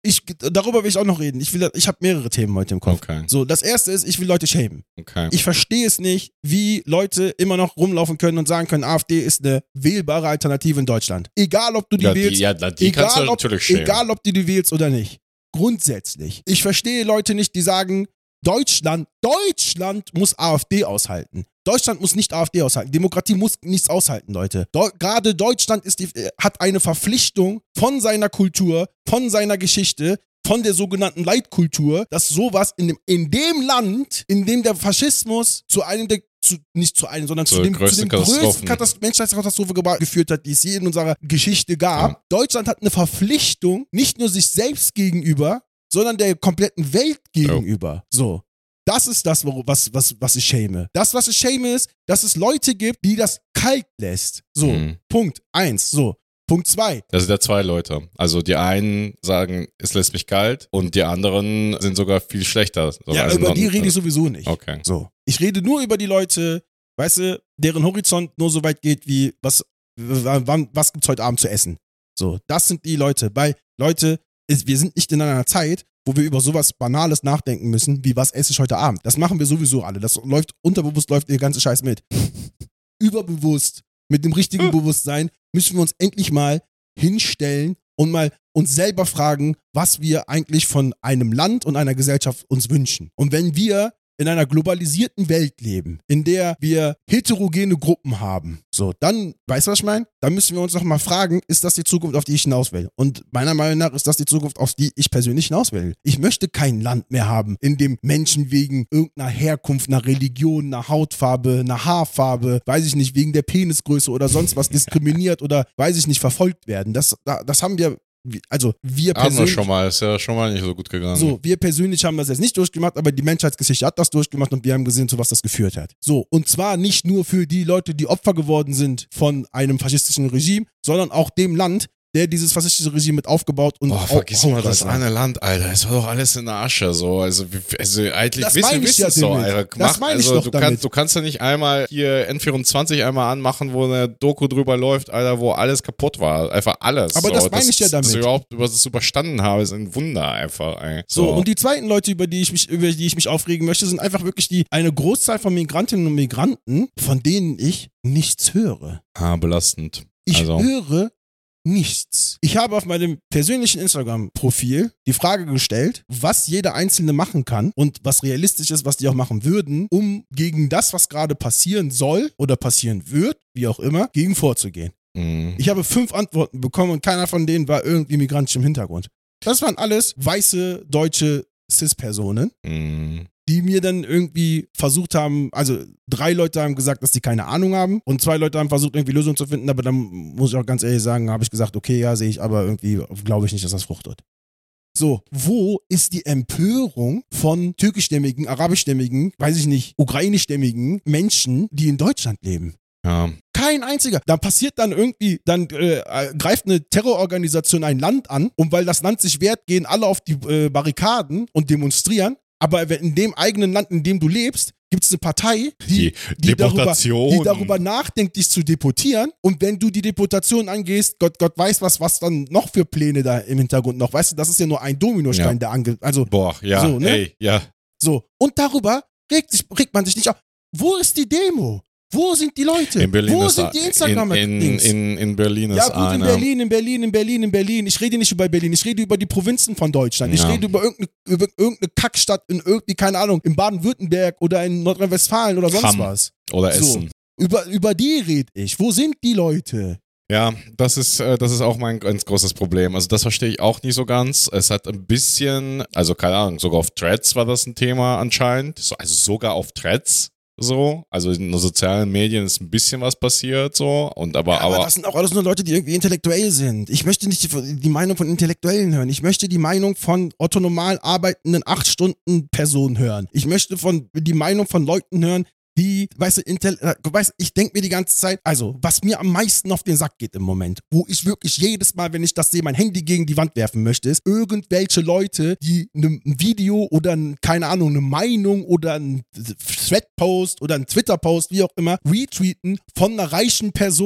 ich, darüber will ich auch noch reden. Ich, will, ich habe mehrere Themen heute im Kopf. Okay. So, das erste ist, ich will Leute schämen. Okay. Ich verstehe es nicht, wie Leute immer noch rumlaufen können und sagen können, AfD ist eine wählbare Alternative in Deutschland. Egal, ob du die ja, wählst. Die, ja, die egal, kannst du ob, natürlich schämen. egal, ob du die wählst oder nicht. Grundsätzlich. Ich verstehe Leute nicht, die sagen, Deutschland, Deutschland muss AfD aushalten. Deutschland muss nicht AfD aushalten. Demokratie muss nichts aushalten, Leute. Deu- Gerade Deutschland ist die, hat eine Verpflichtung von seiner Kultur, von seiner Geschichte, von der sogenannten Leitkultur, dass sowas in dem, in dem Land, in dem der Faschismus zu einem der zu, nicht zu einem, sondern Zur zu dem, zu größten dem größten Katastrophen. Katast- Menschheitskatastrophe geba- geführt hat, die es je in unserer Geschichte gab. Ja. Deutschland hat eine Verpflichtung, nicht nur sich selbst gegenüber, sondern der kompletten Welt gegenüber. So. Das ist das, was, was, was ich schäme. Das, was ich schäme, ist, dass es Leute gibt, die das kalt lässt. So. Mhm. Punkt eins. So. Punkt zwei. Das sind ja zwei Leute. Also die einen sagen, es lässt mich kalt und die anderen sind sogar viel schlechter. So, Ja, also über die dann- rede ich sowieso nicht. Okay. So. Ich rede nur über die Leute, weißt du, deren Horizont nur so weit geht wie, was, wann, was gibt's heute Abend zu essen? So. Das sind die Leute. Weil, Leute, ist, wir sind nicht in einer Zeit, wo wir über sowas Banales nachdenken müssen, wie was esse ich heute Abend. Das machen wir sowieso alle. Das läuft, unterbewusst läuft der ganze Scheiß mit. Überbewusst, mit dem richtigen Bewusstsein, müssen wir uns endlich mal hinstellen und mal uns selber fragen, was wir eigentlich von einem Land und einer Gesellschaft uns wünschen. Und wenn wir in einer globalisierten Welt leben, in der wir heterogene Gruppen haben, so, dann, weißt du, was ich meine? Dann müssen wir uns doch mal fragen, ist das die Zukunft, auf die ich hinaus will? Und meiner Meinung nach ist das die Zukunft, auf die ich persönlich hinaus will. Ich möchte kein Land mehr haben, in dem Menschen wegen irgendeiner Herkunft, einer Religion, einer Hautfarbe, einer Haarfarbe, weiß ich nicht, wegen der Penisgröße oder sonst was diskriminiert oder, weiß ich nicht, verfolgt werden. Das, das haben wir, also wir Haben wir persönlich... schon mal, ist ja schon mal nicht so gut gegangen. So, wir persönlich haben das jetzt nicht durchgemacht, aber die Menschheitsgeschichte hat das durchgemacht und wir haben gesehen, zu was das geführt hat. So, und zwar nicht nur für die Leute, die Opfer geworden sind von einem faschistischen Regime, sondern auch dem Land, der dieses faschistische Regime mit aufgebaut und Boah, vergiss mal das aufgebaut hat. eine Land, Alter. Es war doch alles in der Asche, so. Also, wie- also eigentlich Das wissen meine ich wissen ja es doch, damit. Alter. Das Mach, meine ich also, doch du damit. kannst, du kannst ja nicht einmal hier N vierundzwanzig einmal anmachen, wo eine Doku drüber läuft, Alter, wo alles kaputt war. Einfach alles. Aber so. das meine ich ja damit. Dass ich überhaupt über das überstanden habe, ist ein Wunder einfach, ey. So, und die zweiten Leute, über die ich mich, über die ich mich aufregen möchte, sind einfach wirklich die, eine Großzahl von Migrantinnen und Migranten, von denen ich nichts höre. ah, belastend. Ich also. höre nichts. Ich habe auf meinem persönlichen Instagram-Profil die Frage gestellt, was jeder Einzelne machen kann und was realistisch ist, was die auch machen würden, um gegen das, was gerade passieren soll oder passieren wird, wie auch immer, gegen vorzugehen. Mhm. Ich habe fünf Antworten bekommen und keiner von denen war irgendwie migrantisch im Hintergrund. Das waren alles weiße, deutsche Cis-Personen, Mhm. die mir dann irgendwie versucht haben, also drei Leute haben gesagt, dass die keine Ahnung haben und zwei Leute haben versucht, irgendwie Lösungen zu finden, aber dann muss ich auch ganz ehrlich sagen, habe ich gesagt, okay, ja, sehe ich, aber irgendwie glaube ich nicht, dass das fruchtet. So, wo ist die Empörung von türkischstämmigen, arabischstämmigen, weiß ich nicht, ukrainischstämmigen Menschen, die in Deutschland leben? Ja. Kein einziger. Da passiert dann irgendwie, dann äh, greift eine Terrororganisation ein Land an und weil das Land sich wehrt, gehen alle auf die äh, Barrikaden und demonstrieren. Aber in dem eigenen Land, in dem du lebst, gibt es eine Partei, die, Die die, darüber, Deportation. die darüber nachdenkt, dich zu deportieren. Und wenn du die Deportation angehst, Gott, Gott weiß, was, was dann noch für Pläne da im Hintergrund noch. Weißt du, das ist ja nur ein Dominostein, Ja. der ange... Also, Boah, ja, So, ne? ey, ja. so. Und darüber regt, sich, regt man sich nicht auf. Wo ist die Demo? Wo sind die Leute? In Berlin Wo ist sind die in, Instagram-Dings? in, in, in Berlin ist Ja, gut, in einer. Berlin, in Berlin, in Berlin, in Berlin. Ich rede nicht über Berlin, ich rede über die Provinzen von Deutschland. Ich Ja. rede über irgendeine, über irgendeine Kackstadt in irgendwie, keine Ahnung, in Baden-Württemberg oder in Nordrhein-Westfalen oder sonst Hamm. was. Oder So. Essen. Über, über die rede ich. Wo sind die Leute? Ja, das ist, äh, das ist auch mein ganz großes Problem. Also das verstehe ich auch nicht so ganz. Es hat ein bisschen, also keine Ahnung, sogar auf Threads war das ein Thema anscheinend. So, also sogar auf Threads so. Also in den sozialen Medien ist ein bisschen was passiert so. Und aber, Ja, aber, aber das sind auch alles nur Leute, die irgendwie intellektuell sind. Ich möchte nicht die, die Meinung von Intellektuellen hören. Ich möchte die Meinung von otto normal arbeitenden acht Stunden Personen hören. Ich möchte von die Meinung von Leuten hören, die, weißt du, Intel, äh, weißt, ich denke mir die ganze Zeit, also, was mir am meisten auf den Sack geht im Moment, wo ich wirklich jedes Mal, wenn ich das sehe, mein Handy gegen die Wand werfen möchte, ist irgendwelche Leute, die ein Video oder, ein, keine Ahnung, eine Meinung oder ein Thread-Post oder ein Twitter-Post, wie auch immer, retweeten von einer reichen Person,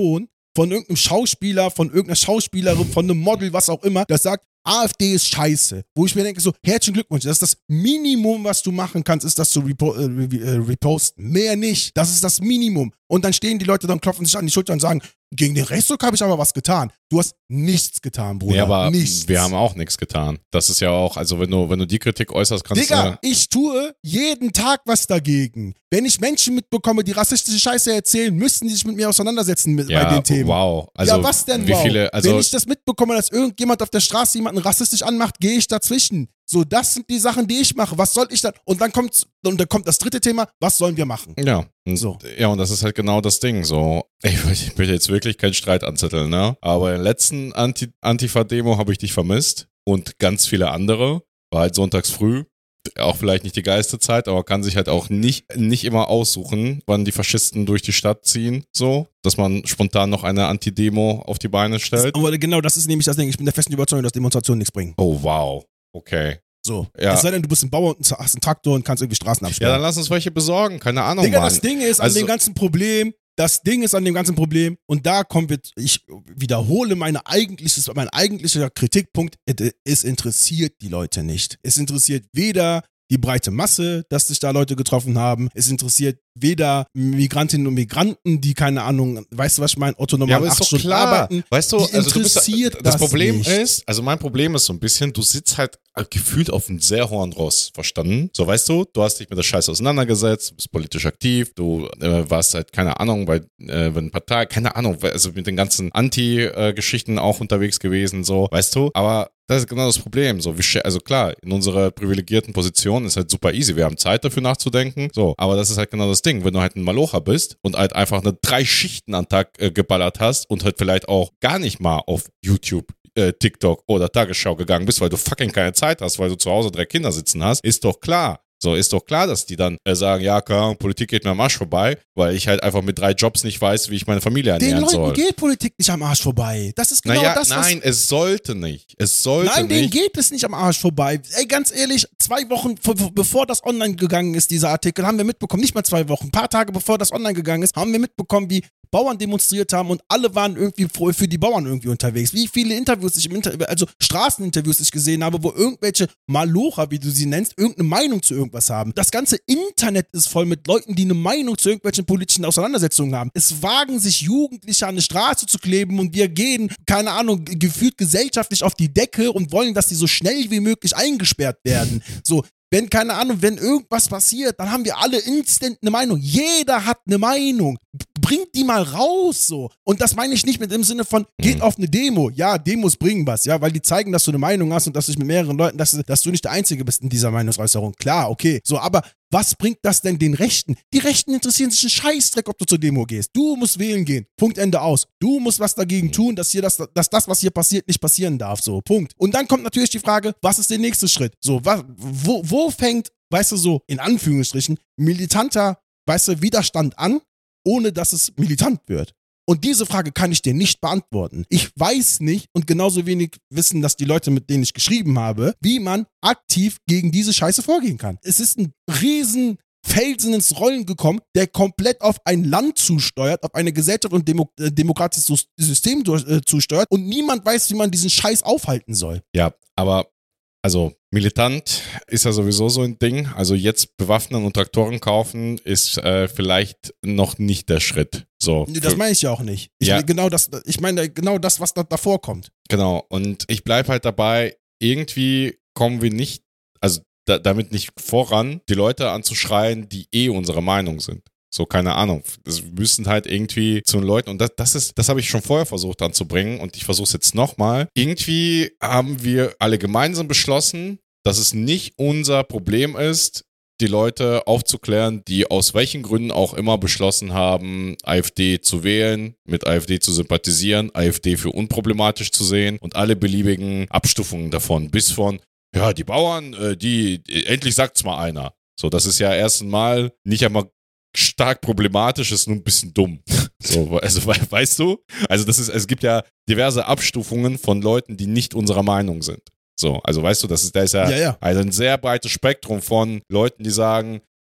von irgendeinem Schauspieler, von irgendeiner Schauspielerin, von einem Model, was auch immer, das sagt, AfD ist scheiße. Wo ich mir denke, so, herzlichen Glückwunsch, das ist das Minimum, was du machen kannst, ist das zu repo- äh, reposten. Mehr nicht. Das ist das Minimum. Und dann stehen die Leute dann, klopfen sich an die Schulter und sagen, gegen den Rechtsruck habe ich aber was getan. Du hast nichts getan, Bruder. Ja, aber nichts. wir haben auch nichts getan. Das ist ja auch, also wenn du, wenn du die Kritik äußerst, kannst du... Digga, ich tue jeden Tag was dagegen. Wenn ich Menschen mitbekomme, die rassistische Scheiße erzählen, müssten die sich mit mir auseinandersetzen mit, ja, bei den Themen. wow. Also, ja, was denn wie wow? viele, also Wenn ich das mitbekomme, dass irgendjemand auf der Straße jemanden rassistisch anmacht, gehe ich dazwischen. So, das sind die Sachen, die ich mache. Was soll ich dann? Und dann kommt, und dann kommt das dritte Thema, was sollen wir machen? Ja, und, So. ja, und das ist halt genau das Ding. So, ich, ich will jetzt wirklich keinen Streit anzetteln, ne? Aber in der letzten Anti- Antifa-Demo habe ich dich vermisst und ganz viele andere. War halt sonntags früh. Auch vielleicht nicht die geilste Zeit, aber kann sich halt auch nicht, nicht immer aussuchen, wann die Faschisten durch die Stadt ziehen, so, dass man spontan noch eine Anti-Demo auf die Beine stellt. Aber genau, das ist nämlich das Ding. Ich bin der festen Überzeugung, dass Demonstrationen nichts bringen. Oh, wow. Okay. So. Ja. Es sei denn, du bist ein Bauer und hast einen Traktor und kannst irgendwie Straßen Ja, absperren. dann lass uns welche besorgen, keine Ahnung, Digga, Mann. das Ding ist Also- an dem ganzen Problem, das Ding ist an dem ganzen Problem, und da kommen wir, ich wiederhole meine eigentliches, mein eigentlicher Kritikpunkt, es interessiert die Leute nicht. Es interessiert weder die breite Masse, dass sich da Leute getroffen haben. Es interessiert weder Migrantinnen und Migranten, die, keine Ahnung, weißt du, was ich meine, Otto normal Ja, aber ist acht doch Stunden klar. arbeiten. Weißt du, die also du interessiert bist, das das Problem nicht. ist, also mein Problem ist so ein bisschen, du sitzt halt gefühlt auf einem sehr hohen Ross, verstanden? So, weißt du, du hast dich mit der Scheiße auseinandergesetzt, du bist politisch aktiv, du äh, warst halt, keine Ahnung, bei, äh, bei einer Partei, keine Ahnung, also mit den ganzen Anti-Geschichten auch unterwegs gewesen, so, weißt du, aber das ist genau das Problem. So, wie, also klar, in unserer privilegierten Position ist halt super easy. Wir haben Zeit dafür nachzudenken. So, aber das ist halt genau das Ding. Wenn du halt ein Malocher bist und halt einfach eine drei Schichten am Tag äh, geballert hast und halt vielleicht auch gar nicht mal auf YouTube, äh, TikTok oder Tagesschau gegangen bist, weil du fucking keine Zeit hast, weil du zu Hause drei Kinder sitzen hast, ist doch klar. So, ist doch klar, dass die dann äh, sagen, ja, keine Ahnung, Politik geht mir am Arsch vorbei, weil ich halt einfach mit drei Jobs nicht weiß, wie ich meine Familie Den ernähren Leuten soll. geht Politik nicht am Arsch vorbei. Das ist genau Naja, das, was... nein, es sollte nicht. Es sollte Nein, denen nicht. geht es nicht am Arsch vorbei. Ey, ganz ehrlich, zwei Wochen v- v- bevor das online gegangen ist, dieser Artikel, haben wir mitbekommen, nicht mal zwei Wochen, ein paar Tage bevor das online gegangen ist, haben wir mitbekommen, wie Bauern demonstriert haben und alle waren irgendwie froh für die Bauern irgendwie unterwegs. Wie viele Interviews ich im Inter also Straßeninterviews ich gesehen habe, wo irgendwelche Malocher, wie du sie nennst, irgendeine Meinung zu irgendwas haben. Das ganze Internet ist voll mit Leuten, die eine Meinung zu irgendwelchen politischen Auseinandersetzungen haben. Es wagen sich Jugendliche an eine Straße zu kleben und wir gehen, keine Ahnung, gefühlt gesellschaftlich auf die Decke und wollen, dass die so schnell wie möglich eingesperrt werden. So, wenn, keine Ahnung, wenn irgendwas passiert, dann haben wir alle instant eine Meinung. Jeder hat eine Meinung. Bringt die mal raus, so. Und das meine ich nicht mit dem Sinne von, geht Mhm. auf eine Demo. Ja, Demos bringen was, ja, weil die zeigen, dass du eine Meinung hast und dass du dich mit mehreren Leuten, dass, dass du nicht der Einzige bist in dieser Meinungsäußerung. Klar, okay. So, aber was bringt das denn den Rechten? Die Rechten interessieren sich einen Scheißdreck, ob du zur Demo gehst. Du musst wählen gehen. Punkt, Ende aus. Du musst was dagegen tun, dass hier das, dass das, was hier passiert, nicht passieren darf. So, Punkt. Und dann kommt natürlich die Frage, was ist der nächste Schritt? So, was, wo, wo fängt, weißt du, so, in Anführungsstrichen, militanter, weißt du, Widerstand an, ohne dass es militant wird? Und diese Frage kann ich dir nicht beantworten. Ich weiß nicht und genauso wenig wissen das die Leute, mit denen ich geschrieben habe, wie man aktiv gegen diese Scheiße vorgehen kann. Es ist ein riesen Felsen ins Rollen gekommen, der komplett auf ein Land zusteuert, auf eine Gesellschaft und Demo äh, demokratisches System durch, äh, zusteuert und niemand weiß, wie man diesen Scheiß aufhalten soll. Ja, aber also militant ist ja sowieso so ein Ding. Also jetzt bewaffnen und Traktoren kaufen ist äh, vielleicht noch nicht der Schritt. So. Nee, das meine ich ja auch nicht. Ich, Ja. genau das, ich meine genau das, was da davor kommt. Genau. Und ich bleibe halt dabei, irgendwie kommen wir nicht, also da, damit nicht voran, die Leute anzuschreien, die eh unserer Meinung sind. So, keine Ahnung. Das müssen halt irgendwie zu den Leuten, und das, das ist, das habe ich schon vorher versucht anzubringen und ich versuche es jetzt nochmal. Irgendwie haben wir alle gemeinsam beschlossen, dass es nicht unser Problem ist, die Leute aufzuklären, die aus welchen Gründen auch immer beschlossen haben, AfD zu wählen, mit AfD zu sympathisieren, AfD für unproblematisch zu sehen und alle beliebigen Abstufungen davon, bis von, ja, die Bauern, äh, die, endlich sagt's mal einer. So, das ist ja erst einmal nicht einmal stark problematisch, ist nur ein bisschen dumm. So, also, we- weißt du? Also, das ist, es gibt ja diverse Abstufungen von Leuten, die nicht unserer Meinung sind. So, also weißt du, das ist, da ist ja, Ja, ja. also ein sehr breites Spektrum von Leuten, die sagen,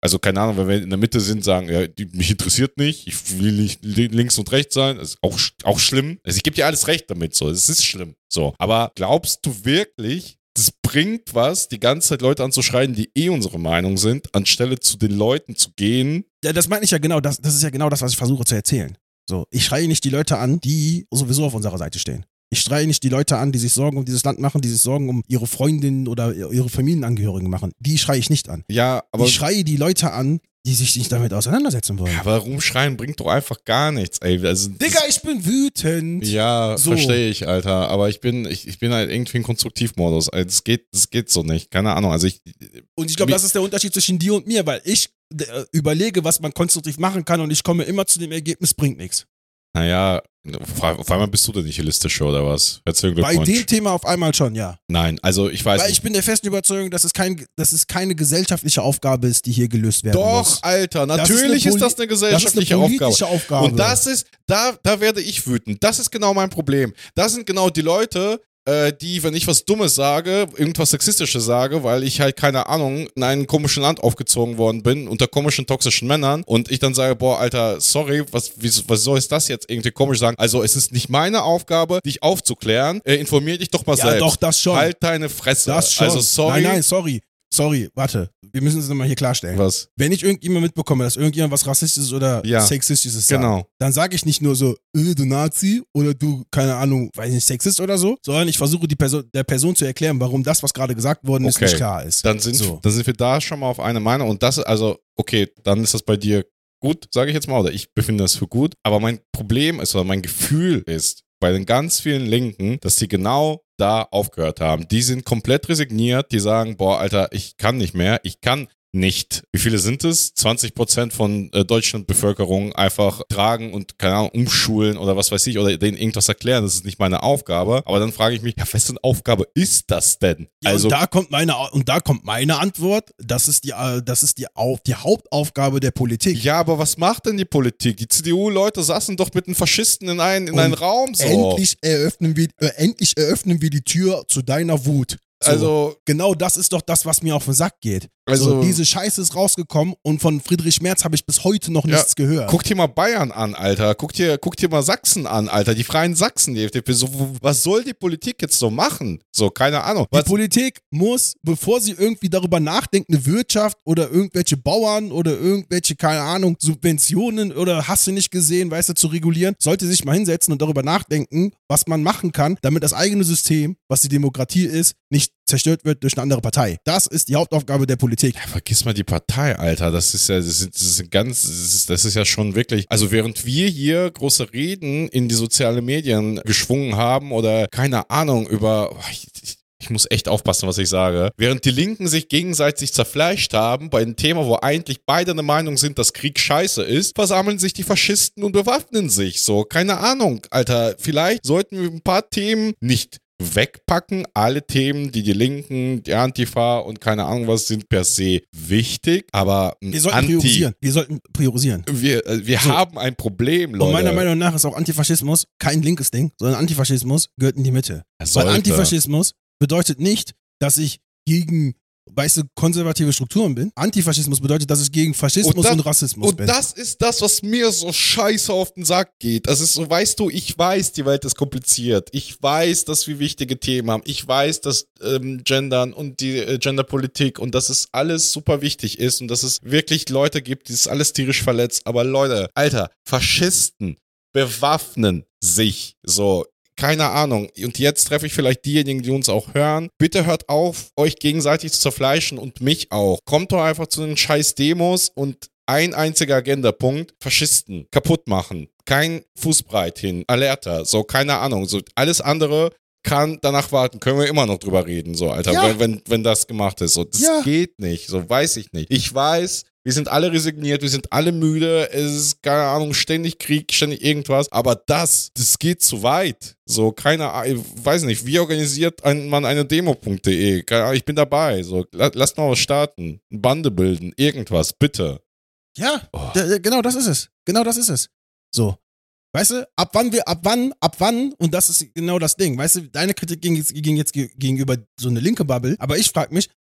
Also keine Ahnung, wenn wir in der Mitte sind, sagen, ja, die, mich interessiert nicht, ich will nicht links und rechts sein, das ist auch, auch schlimm. Also ich gebe dir alles recht damit, so, es ist schlimm. So, aber glaubst du wirklich, das bringt was, die ganze Zeit Leute anzuschreien, die eh unsere Meinung sind, anstelle zu den Leuten zu gehen? Ja, das meine ich ja genau, das, das ist ja genau das, was ich versuche zu erzählen. So, ich schreie nicht die Leute an, die sowieso auf unserer Seite stehen. Ich schreie nicht die Leute an, die sich Sorgen um dieses Land machen, die sich Sorgen um ihre Freundinnen oder ihre Familienangehörigen machen. Die schreie ich nicht an. Ja, aber ich schreie die Leute an, die sich nicht damit auseinandersetzen wollen. Ja, aber rumschreien bringt doch einfach gar nichts, ey. Also, Digga, ich bin wütend. Ja, so. Verstehe ich, Alter. Aber ich bin, ich, ich bin halt irgendwie im Konstruktivmodus. Also, das geht, das geht so nicht. Keine Ahnung. Also ich. Und ich glaube, das ist der Unterschied zwischen dir und mir, weil ich äh, überlege, was man konstruktiv machen kann und ich komme immer zu dem Ergebnis, bringt nichts. Naja, auf einmal bist du denn nihilistischer oder was? Herzlichen Glückwunsch. Bei dem Thema auf einmal schon, ja. Nein, also ich weiß Weil nicht. ich bin der festen Überzeugung, dass es, kein, dass es keine gesellschaftliche Aufgabe ist, die hier gelöst werden Doch, muss. Doch, Alter, natürlich das ist, ist das eine gesellschaftliche das ist eine Aufgabe. Aufgabe. Und das ist, da, da werde ich wütend. Das ist genau mein Problem. Das sind genau die Leute, die, wenn ich was Dummes sage, irgendwas Sexistisches sage, weil ich halt, keine Ahnung, in einem komischen Land aufgezogen worden bin, unter komischen, toxischen Männern und ich dann sage, boah, Alter, sorry, was, wie, was soll es das jetzt irgendwie komisch sagen? Also es ist nicht meine Aufgabe, dich aufzuklären, äh, informier dich doch mal ja, selbst. Ja, doch, das schon. Halt deine Fresse. Das schon. Also sorry. Nein, nein, sorry. Sorry, warte. Wir müssen es nochmal hier klarstellen. Was? Wenn ich irgendjemand mitbekomme, dass irgendjemand was Rassistisches oder ja. Sexistisches sagt, genau. dann sage ich nicht nur so, äh, du Nazi oder du, keine Ahnung, weiß nicht, Sexist oder so, sondern ich versuche die Person, der Person zu erklären, warum das, was gerade gesagt worden ist, okay. nicht klar ist. Dann sind, so. dann sind wir da schon mal auf eine Meinung und das, also, okay, dann ist das bei dir gut, sage ich jetzt mal, oder ich befinde das für gut, aber mein Problem ist, oder mein Gefühl ist, bei den ganz vielen Linken, dass die genau da aufgehört haben. Die sind komplett resigniert, die sagen, boah, Alter, ich kann nicht mehr, ich kann nicht. Wie viele sind es? zwanzig Prozent von äh, Deutschland-Bevölkerung einfach tragen und, keine Ahnung, umschulen oder was weiß ich, oder denen irgendwas erklären, das ist nicht meine Aufgabe. Aber dann frage ich mich, ja, wessen Aufgabe ist das denn? Ja, also, und da kommt meine, und da kommt meine Antwort, das ist die, das ist die, Auf, die Hauptaufgabe der Politik. Ja, aber was macht denn die Politik? Die C D U-Leute saßen doch mit den Faschisten in einen, in einen Raum so. Endlich eröffnen wir, äh, endlich eröffnen wir die Tür zu deiner Wut. So, also genau das ist doch das, was mir auf den Sack geht. Also so, diese Scheiße ist rausgekommen und von Friedrich Merz habe ich bis heute noch nichts ja, gehört. Guck dir mal Bayern an, Alter. Guck dir, guck dir mal Sachsen an, Alter. Die Freien Sachsen, die F D P. So, was soll die Politik jetzt so machen? So, keine Ahnung. Die was? Politik muss, bevor sie irgendwie darüber nachdenkt, eine Wirtschaft oder irgendwelche Bauern oder irgendwelche, keine Ahnung, Subventionen oder hast du nicht gesehen, weißt du, zu regulieren, sollte sich mal hinsetzen und darüber nachdenken, was man machen kann, damit das eigene System, was die Demokratie ist, nicht zerstört wird durch eine andere Partei. Das ist die Hauptaufgabe der Politik. Ja, vergiss mal die Partei, Alter. Das ist ja, das ist, das ist ganz, das ist, das ist ja schon wirklich, also während wir hier große Reden in die sozialen Medien geschwungen haben oder keine Ahnung über, ich, ich muss echt aufpassen, was ich sage, während die Linken sich gegenseitig zerfleischt haben bei einem Thema, wo eigentlich beide der Meinung sind, dass Krieg scheiße ist, versammeln sich die Faschisten und bewaffnen sich. So, keine Ahnung, Alter. Vielleicht sollten wir ein paar Themen nicht wegpacken. Alle Themen, die die Linken, die Antifa und keine Ahnung was sind, per se wichtig, aber wir sollten Anti, priorisieren. Wir sollten priorisieren. Wir, wir so. haben ein Problem, Leute. Und meiner Meinung nach ist auch Antifaschismus kein linkes Ding, sondern Antifaschismus gehört in die Mitte. Weil Antifaschismus bedeutet nicht, dass ich gegen, weißt du, konservative Strukturen bin. Antifaschismus bedeutet, dass ich gegen Faschismus und, das, und Rassismus und bin. Und das ist das, was mir so scheiße auf den Sack geht. Das ist so, weißt du, ich weiß, die Welt ist kompliziert. Ich weiß, dass wir wichtige Themen haben. Ich weiß, dass ähm, Gendern und die äh, Genderpolitik und dass es alles super wichtig ist und dass es wirklich Leute gibt, die es alles tierisch verletzt. Aber Leute, Alter, Faschisten bewaffnen sich so. Keine Ahnung. Und jetzt treffe ich vielleicht diejenigen, die uns auch hören. Bitte hört auf, euch gegenseitig zu zerfleischen und mich auch. Kommt doch einfach zu den scheiß Demos und ein einziger Agendapunkt. Faschisten kaputt machen. Kein Fußbreit hin. Alerta. So, keine Ahnung. So, alles andere kann danach warten. Können wir immer noch drüber reden. So, Alter. Ja. Wenn, wenn, wenn das gemacht ist. So, das ja. geht nicht. So, weiß ich nicht. Ich weiß, wir sind alle resigniert, wir sind alle müde, es ist, keine Ahnung, ständig Krieg, ständig irgendwas, aber das, das geht zu weit. So, keine Ahnung, ich weiß nicht, wie organisiert ein, man eine Demo.de? Ich bin dabei, so, lass mal was starten, eine Bande bilden, irgendwas, bitte. Ja, oh. d- genau das ist es, genau das ist es. So, weißt du, ab wann wir, ab wann, ab wann, und das ist genau das Ding, weißt du, deine Kritik ging jetzt, ging jetzt gegenüber so eine linke Bubble, aber ich frage mich,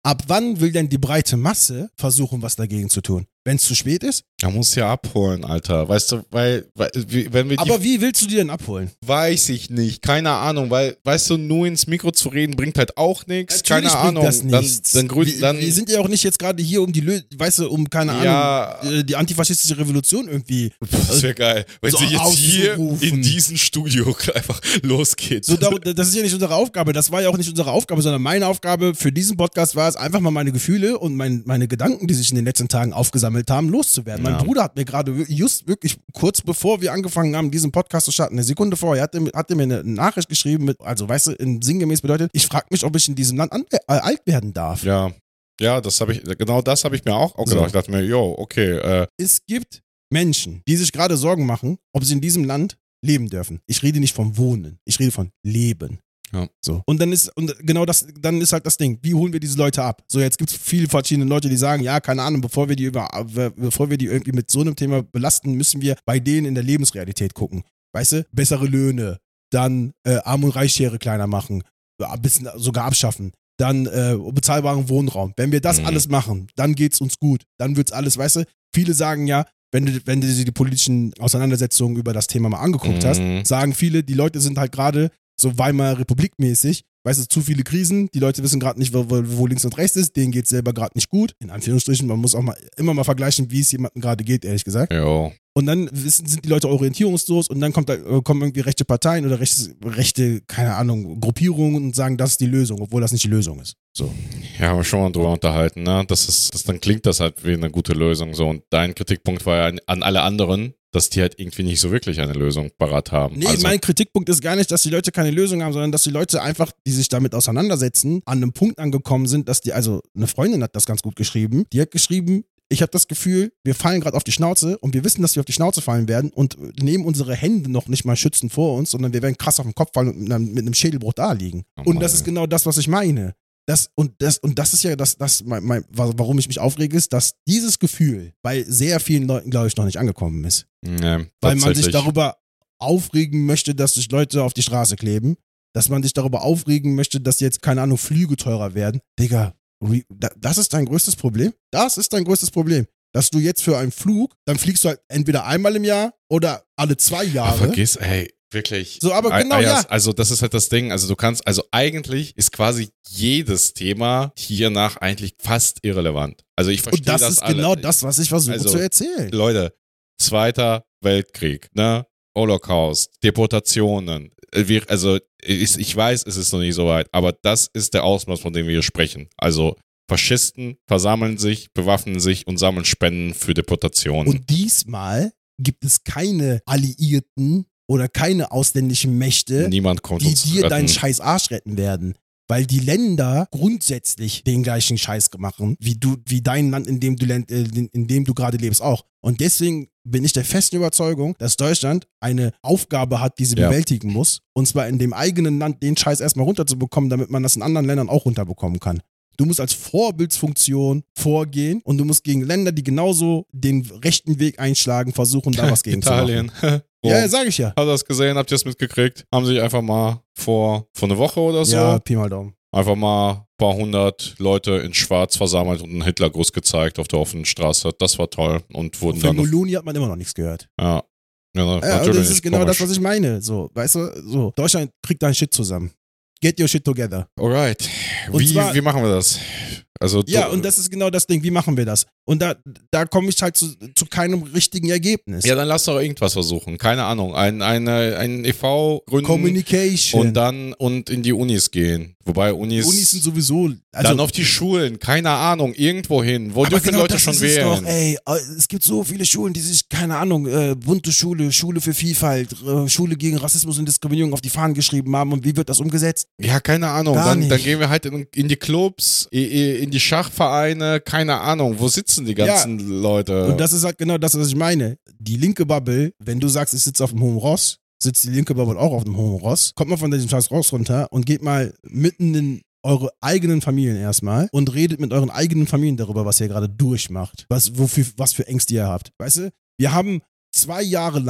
ab wann will denn die breite Masse versuchen, was dagegen zu tun? Wenn es zu spät ist? Er muss ja abholen, Alter. Weißt du, weil, weil wie- wenn wir die Aber wie willst du die denn abholen? Weiß ich nicht, keine Ahnung, weil, weißt du, nur ins Mikro zu reden bringt halt auch nichts, Natürlich keine bringt Ahnung. das nichts. Dann, dann, grün, wir, dann wir sind ja auch nicht jetzt gerade hier um die, Lö weißt du, um, keine Ja. Ahnung, äh, die antifaschistische Revolution irgendwie. das wäre geil, wenn so sie jetzt hier auszurufen. in diesem Studio einfach losgeht. So, da- das ist ja nicht unsere Aufgabe. Das war ja auch nicht unsere Aufgabe, sondern meine Aufgabe für diesen Podcast war es, einfach mal meine Gefühle und mein, meine Gedanken, die sich in den letzten Tagen aufgesammelt haben, loszuwerden. Mein Ja. Bruder hat mir gerade just wirklich kurz bevor wir angefangen haben, diesen Podcast zu starten, eine Sekunde vorher, hat er, hat er mir eine Nachricht geschrieben mit, also weißt du, in sinngemäß bedeutet, ich frage mich, ob ich in diesem Land an, äh, alt werden darf. Ja, ja, das habe ich, genau das habe ich mir auch, auch So. gedacht. Ich dachte mir, yo, okay, äh, Es gibt Menschen, die sich gerade Sorgen machen, ob sie in diesem Land leben dürfen. Ich rede nicht vom Wohnen, ich rede von Leben. Ja. So. Und dann ist, und genau das, dann ist halt das Ding, wie holen wir diese Leute ab? So, jetzt gibt es viele verschiedene Leute, die sagen, ja, keine Ahnung, bevor wir die über, bevor wir die irgendwie mit so einem Thema belasten, müssen wir bei denen in der Lebensrealität gucken. Weißt du? Bessere Löhne, dann äh, Arm- und Reichschere kleiner machen, ein bisschen sogar abschaffen. Dann äh, bezahlbaren Wohnraum. Wenn wir das Mhm. alles machen, dann geht's uns gut. Dann wird's alles, weißt du? Viele sagen ja, wenn du, wenn du dir die politischen Auseinandersetzungen über das Thema mal angeguckt Mhm. hast, sagen viele, die Leute sind halt gerade so Weimarer Republik mäßig, weißt du, zu viele Krisen, die Leute wissen gerade nicht, wo, wo, wo links und rechts ist, denen geht's selber gerade nicht gut, in Anführungsstrichen, man muss auch mal immer mal vergleichen, wie es jemandem gerade geht, ehrlich gesagt. jo. Und dann wissen, sind die Leute orientierungslos und dann kommt da, äh, kommen irgendwie rechte Parteien oder rechte, rechte, keine Ahnung, Gruppierungen und sagen, das ist die Lösung, obwohl das nicht die Lösung ist. So. Ja, haben wir schon mal drüber unterhalten, ne? Das ist, das, dann klingt das halt wie eine gute Lösung so. Und dein Kritikpunkt war ja an, an alle anderen, dass die halt irgendwie nicht so wirklich eine Lösung parat haben. Nee, also, mein Kritikpunkt ist gar nicht, dass die Leute keine Lösung haben, sondern dass die Leute einfach, die sich damit auseinandersetzen, an einem Punkt angekommen sind, dass die, also eine Freundin hat das ganz gut geschrieben, die hat geschrieben, ich habe das Gefühl, wir fallen gerade auf die Schnauze und wir wissen, dass wir auf die Schnauze fallen werden und nehmen unsere Hände noch nicht mal schützen vor uns, sondern wir werden krass auf den Kopf fallen und mit einem, mit einem Schädelbruch da liegen. Oh und Mann, das ist ey. genau das, was ich meine. Das, und, das, und das ist ja das, das mein, mein, warum ich mich aufrege, ist, dass dieses Gefühl bei sehr vielen Leuten, glaube ich, noch nicht angekommen ist. nee, Weil man sich tatsächlich. darüber aufregen möchte, dass sich Leute auf die Straße kleben, dass man sich darüber aufregen möchte, dass jetzt, keine Ahnung, Flüge teurer werden. Digga, re- da- das ist dein größtes Problem? Das ist dein größtes Problem. Dass du jetzt für einen Flug, dann fliegst du halt entweder einmal im Jahr oder alle zwei Ach, Jahre. vergiss, ey, wirklich. So, aber Ei- genau, Eiers, ja. Also das ist halt das Ding, also du kannst, also eigentlich ist quasi jedes Thema hiernach eigentlich fast irrelevant. Also ich verstehe Und das, das ist alle. genau das, was ich versuche Also, zu erzählen. Leute, Zweiter Weltkrieg, ne? Holocaust, Deportationen. äh, wir- Also ich, ich weiß, es ist noch nicht so weit, aber das ist der Ausmaß, von dem wir hier sprechen. Also Faschisten versammeln sich, bewaffnen sich und sammeln Spenden für Deportationen. Und diesmal gibt es keine Alliierten oder keine ausländischen Mächte, Niemand kommt die uns dir retten. deinen scheiß Arsch retten werden. Weil die Länder grundsätzlich den gleichen Scheiß machen, wie du, wie dein Land, in dem du, lern- äh, in dem du gerade lebst, auch. Und deswegen bin ich der festen Überzeugung, dass Deutschland eine Aufgabe hat, die sie Ja. bewältigen muss. Und zwar in dem eigenen Land den Scheiß erstmal runterzubekommen, damit man das in anderen Ländern auch runterbekommen kann. Du musst als Vorbildsfunktion vorgehen und du musst gegen Länder, die genauso den rechten Weg einschlagen, versuchen, da was gegen Italien. zu machen. Oh. Ja, ja, sag ich ja. Habt ihr das gesehen? Habt ihr das mitgekriegt? Haben sich einfach mal vor, vor einer Woche oder so Ja, Pi mal Daumen. einfach mal ein paar hundert Leute in Schwarz versammelt und einen Hitlergruß gezeigt auf der offenen Straße. Das war toll und wurden Von dann. Moloni hat man immer noch nichts gehört. Ja. Ja, Ja, und natürlich. das ist genau komisch. das, was ich meine. So, weißt du, so, Deutschland kriegt dein Shit zusammen. Get your shit together. Alright. Und Wie, zwar- wie machen wir das? Also, Ja, du- und das ist genau das Ding. Wie machen wir das? Und da, da komme ich halt zu, zu keinem richtigen Ergebnis. Ja, dann lass doch irgendwas versuchen. Keine Ahnung. Ein, eine, ein E V gründen Communication. und dann und in die Unis gehen. Wobei Unis. Unis sind sowieso. Also, dann auf die Schulen. Keine Ahnung. Irgendwo hin. Wo aber dürfen genau Leute das schon ist es wählen? Doch, ey, äh, es gibt so viele Schulen, die sich, keine Ahnung, äh, bunte Schule, Schule für Vielfalt, äh, Schule gegen Rassismus und Diskriminierung auf die Fahnen geschrieben haben. Und wie wird das umgesetzt? Ja, keine Ahnung. Gar Dann, nicht. dann gehen wir halt in, in die Clubs, i- i- in die Schachvereine, keine Ahnung. Wo sitzen die ganzen Leute? Und das ist halt genau das, was ich meine. Die linke Bubble, wenn du sagst, ich sitze auf dem hohen Ross, sitzt die linke Bubble auch auf dem hohen Ross, kommt mal von diesem scheiß Ross runter und geht mal mitten in eure eigenen Familien erstmal und redet mit euren eigenen Familien darüber, was ihr gerade durchmacht. Was, wofür, was für Ängste ihr habt. Weißt du, wir haben zwei Jahre lang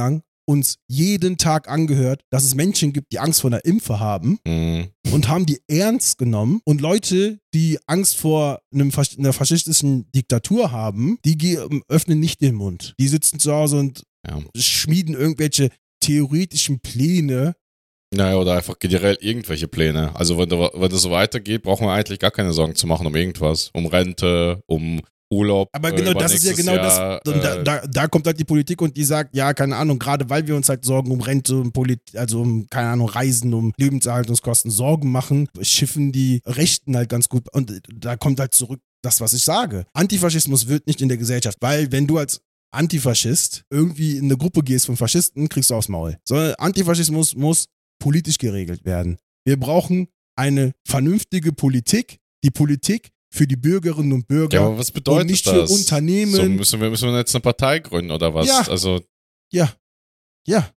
uns jeden Tag angehört, dass es Menschen gibt, die Angst vor einer Impfe haben Mhm. und haben die ernst genommen. Und Leute, die Angst vor einem, Fas- einer faschistischen Diktatur haben, die ge- öffnen nicht den Mund. Die sitzen zu Hause und Ja. schmieden irgendwelche theoretischen Pläne. Naja, oder einfach generell irgendwelche Pläne. Also wenn, da- wenn das so weitergeht, brauchen wir eigentlich gar keine Sorgen zu machen um irgendwas. Um Rente, um Urlaub. Aber äh, genau das ist ja übernächstes genau Jahr, das. Und da, äh, da, da kommt halt die Politik und die sagt, ja, keine Ahnung, gerade weil wir uns halt Sorgen um Rente, um Polit also um, keine Ahnung, Reisen, um Lebenserhaltungskosten Sorgen machen, schiffen die Rechten halt ganz gut. Und da kommt halt zurück das, was ich sage. Antifaschismus wird nicht in der Gesellschaft, weil wenn du als Antifaschist irgendwie in eine Gruppe gehst von Faschisten, kriegst du aufs Maul. Sondern Antifaschismus muss politisch geregelt werden. Wir brauchen eine vernünftige Politik. Die Politik für die Bürgerinnen und Bürger. ja, aber was bedeutet und nicht das? für Unternehmen. So müssen wir, müssen wir jetzt eine Partei gründen oder was? Ja. Also, Ja. Ja.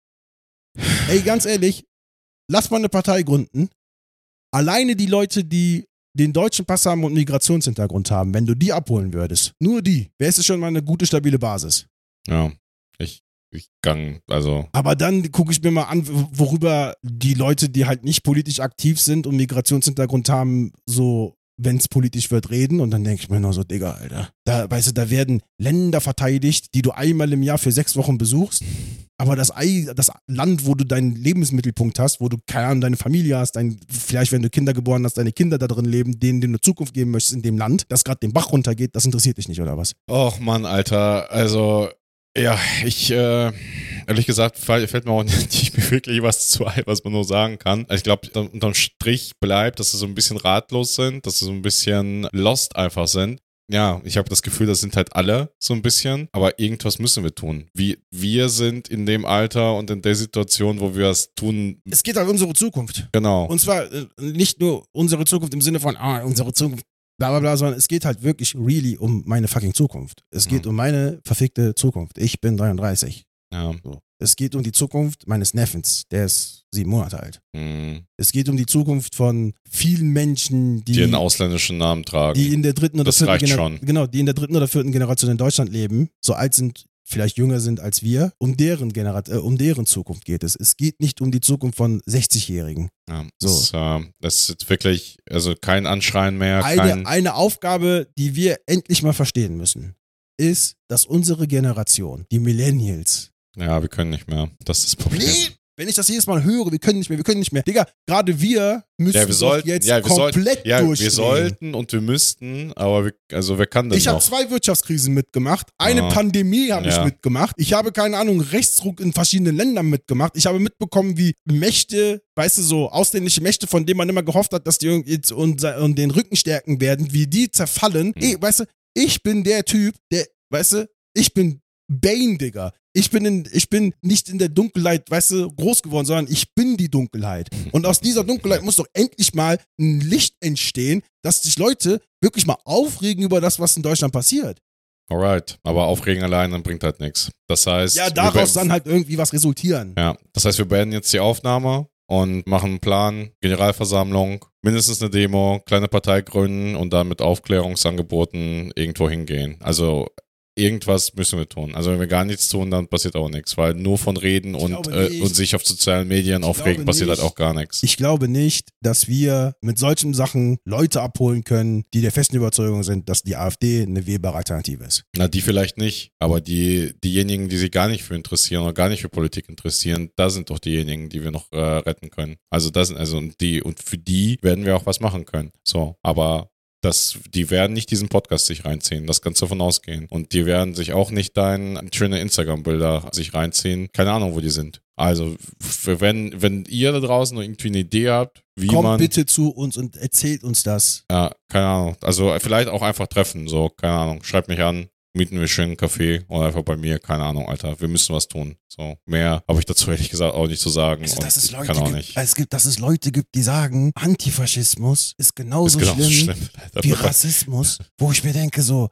Ey, ganz ehrlich, lass mal eine Partei gründen. Alleine die Leute, die den deutschen Pass haben und Migrationshintergrund haben, wenn du die abholen würdest, nur die, wäre es schon mal eine gute, stabile Basis. ja, ich, ich gang, also, Aber dann gucke ich mir mal an, worüber die Leute, die halt nicht politisch aktiv sind und Migrationshintergrund haben, so, wenn es politisch wird, reden. Und dann denke ich mir nur so, Digga, Alter. Da, weißt du, da werden Länder verteidigt, die du einmal im Jahr für sechs Wochen besuchst. Aber das, Ei, das Land, wo du deinen Lebensmittelpunkt hast, wo du, keine Ahnung, deine Familie hast, dein, vielleicht, wenn du Kinder geboren hast, deine Kinder da drin leben, denen du eine Zukunft geben möchtest in dem Land, das gerade den Bach runtergeht, das interessiert dich nicht, oder was? och Mann, Alter, also, ja, ich, äh, ehrlich gesagt, fall- fällt mir auch nicht mehr wirklich was zu ein, was man nur sagen kann. Ich glaube, unterm Strich bleibt, dass sie so ein bisschen ratlos sind, dass sie so ein bisschen lost einfach sind. Ja, ich habe das Gefühl, das sind halt alle so ein bisschen, aber irgendwas müssen wir tun. Wie, wir sind in dem Alter und in der Situation, wo wir es tun. Es geht halt um unsere Zukunft. Genau. Und zwar äh, nicht nur unsere Zukunft im Sinne von, ah, unsere Zukunft, bla bla bla, sondern es geht halt wirklich really um meine fucking Zukunft. Es geht Mhm. um meine verfickte Zukunft. Ich bin dreiunddreißig. Ja. So. Es geht um die Zukunft meines Neffens, der ist sieben Monate alt. Hm. Es geht um die Zukunft von vielen Menschen, die, Die einen ausländischen Namen tragen. die in der dritten oder Das vierten reicht Gener- schon. Genau, die in der dritten oder vierten Generation in Deutschland leben, so alt sind, vielleicht jünger sind als wir. Um deren Generat äh, um deren Zukunft geht es. Es geht nicht um die Zukunft von sechzigjährigen. Ja, So. das, ist, äh, das ist jetzt wirklich, also kein Anschreien mehr, Eine, kein. eine Aufgabe, die wir endlich mal verstehen müssen, ist, dass unsere Generation, die Millennials, Ja, wir können nicht mehr. Das ist das Problem. nee, wenn ich das jedes Mal höre, wir können nicht mehr, wir können nicht mehr. Digga, gerade wir müssen Ja, wir doch sollten, jetzt ja, wir komplett sollten, ja, wir durchdrehen. sollten und wir müssten, aber wir, also wer kann denn Ich habe noch? zwei Wirtschaftskrisen mitgemacht. Eine Ja. Pandemie habe ich Ja. mitgemacht. Ich habe, keine Ahnung, Rechtsruck in verschiedenen Ländern mitgemacht. Ich habe mitbekommen, wie Mächte, weißt du, so ausländische Mächte, von denen man immer gehofft hat, dass die irgendwie jetzt unser, und den Rücken stärken werden, wie die zerfallen. Mhm. Ey, weißt du, ich bin der Typ, der, weißt du, ich bin Bane, Digga. Ich bin, in, ich bin nicht in der Dunkelheit, weißt du, groß geworden, sondern ich bin die Dunkelheit. Und aus dieser Dunkelheit muss doch endlich mal ein Licht entstehen, dass sich Leute wirklich mal aufregen über das, was in Deutschland passiert. Alright, aber aufregen allein, bringt halt nichts. Das heißt, Ja, wir daraus be- dann halt irgendwie was resultieren. ja, das heißt, wir beenden jetzt die Aufnahme und machen einen Plan, Generalversammlung, mindestens eine Demo, kleine Partei gründen und dann mit Aufklärungsangeboten irgendwo hingehen. Also irgendwas müssen wir tun. Also wenn wir gar nichts tun, dann passiert auch nichts, weil nur von reden Ich und, glaube äh, nicht. und sich auf sozialen Medien Ich aufregen, glaube passiert nicht. halt auch gar nichts. Ich glaube nicht, dass wir mit solchen Sachen Leute abholen können, die der festen Überzeugung sind, dass die AfD eine wählbare Alternative ist. Na, die vielleicht nicht, aber die, diejenigen, die sich gar nicht für interessieren oder gar nicht für Politik interessieren, da sind doch diejenigen, die wir noch äh, retten können. Also das sind also die und für die werden wir auch was machen können. So, aber das, die werden nicht diesen Podcast sich reinziehen, das kannst du davon ausgehen. Und die werden sich auch nicht deine schöne Instagram-Bilder sich reinziehen. Keine Ahnung, wo die sind. Also, für wenn, wenn ihr da draußen noch irgendwie eine Idee habt, wie Kommt man. bitte zu uns und erzählt uns das. Ja, keine Ahnung. Also vielleicht auch einfach treffen, so, keine Ahnung. Schreibt mich an, mieten wir schön einen Kaffee oder einfach bei mir, keine Ahnung, Alter. Wir müssen was tun. So, mehr habe ich dazu ehrlich gesagt auch nicht zu sagen. Also, und dass es ich Leute kann auch gibt, nicht. Es gibt, dass es Leute gibt, die sagen, Antifaschismus ist genauso Ist genauso schlimm, schlimm. wie Rassismus, wo ich mir denke so,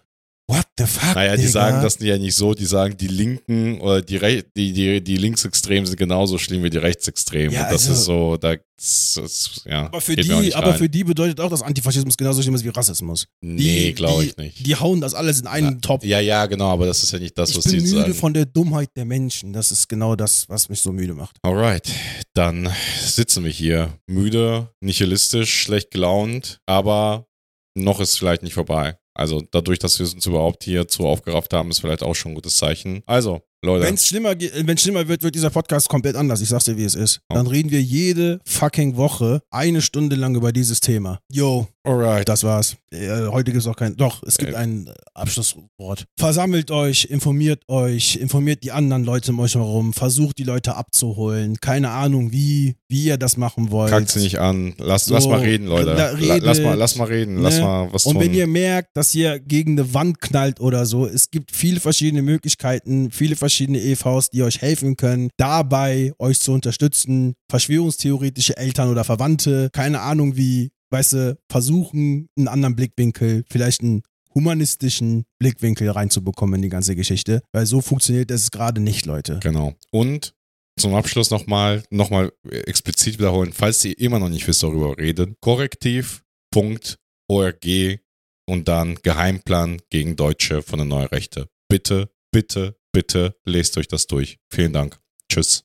What the fuck, Naja, die Digga? sagen das ja nicht so, die sagen, die Linken oder die, Re- die, die, die Linksextremen sind genauso schlimm wie die Rechtsextremen. Ja, Und das also- ist so, da, das, ist, ja, Aber für, geht mir auch die, nicht aber rein. für die bedeutet auch, dass Antifaschismus genauso schlimm ist wie Rassismus. Nee, Die- glaube die- ich nicht. Die hauen das alles in einen Topf. Ja, ja, genau, aber das ist ja nicht das, Ich was bin sie müde sagen. von der Dummheit der Menschen. Das ist genau das, was mich so müde macht. Alright, dann sitzen wir hier. Müde, nihilistisch, schlecht gelaunt, aber noch ist vielleicht nicht vorbei. Also dadurch, dass wir uns überhaupt hierzu aufgerafft haben, ist vielleicht auch schon ein gutes Zeichen. Also, Leute. Wenn es schlimmer, ge- wenn's schlimmer wird, wird dieser Podcast komplett anders. Ich sag's dir, wie es ist. Oh. Dann reden wir jede fucking Woche eine Stunde lang über dieses Thema. Yo, Alright. das war's. Äh, heute gibt's auch kein. Doch, es gibt Äh. ein Abschlusswort. Versammelt euch, informiert euch, informiert die anderen Leute um euch herum, versucht die Leute abzuholen. Keine Ahnung, wie, wie ihr das machen wollt. Kackt sie nicht an. Lass, So, lass mal reden, Leute. la- La, lass, mal, redet, lass mal reden. ne? Lass mal was Und tun. wenn ihr merkt, dass ihr gegen eine Wand knallt oder so, es gibt viele verschiedene Möglichkeiten, viele verschiedene E Vs, die euch helfen können, dabei euch zu unterstützen. Verschwörungstheoretische Eltern oder Verwandte, keine Ahnung wie, weißt du, versuchen, einen anderen Blickwinkel, vielleicht einen humanistischen Blickwinkel reinzubekommen in die ganze Geschichte, weil so funktioniert es gerade nicht, Leute. Genau. Und zum Abschluss nochmal noch mal explizit wiederholen, falls ihr immer noch nicht wisst, darüber reden, korrektiv punkt org und dann Geheimplan gegen Deutsche von der Neue Rechte. Bitte, bitte, bitte lest euch das durch. Vielen Dank. Tschüss.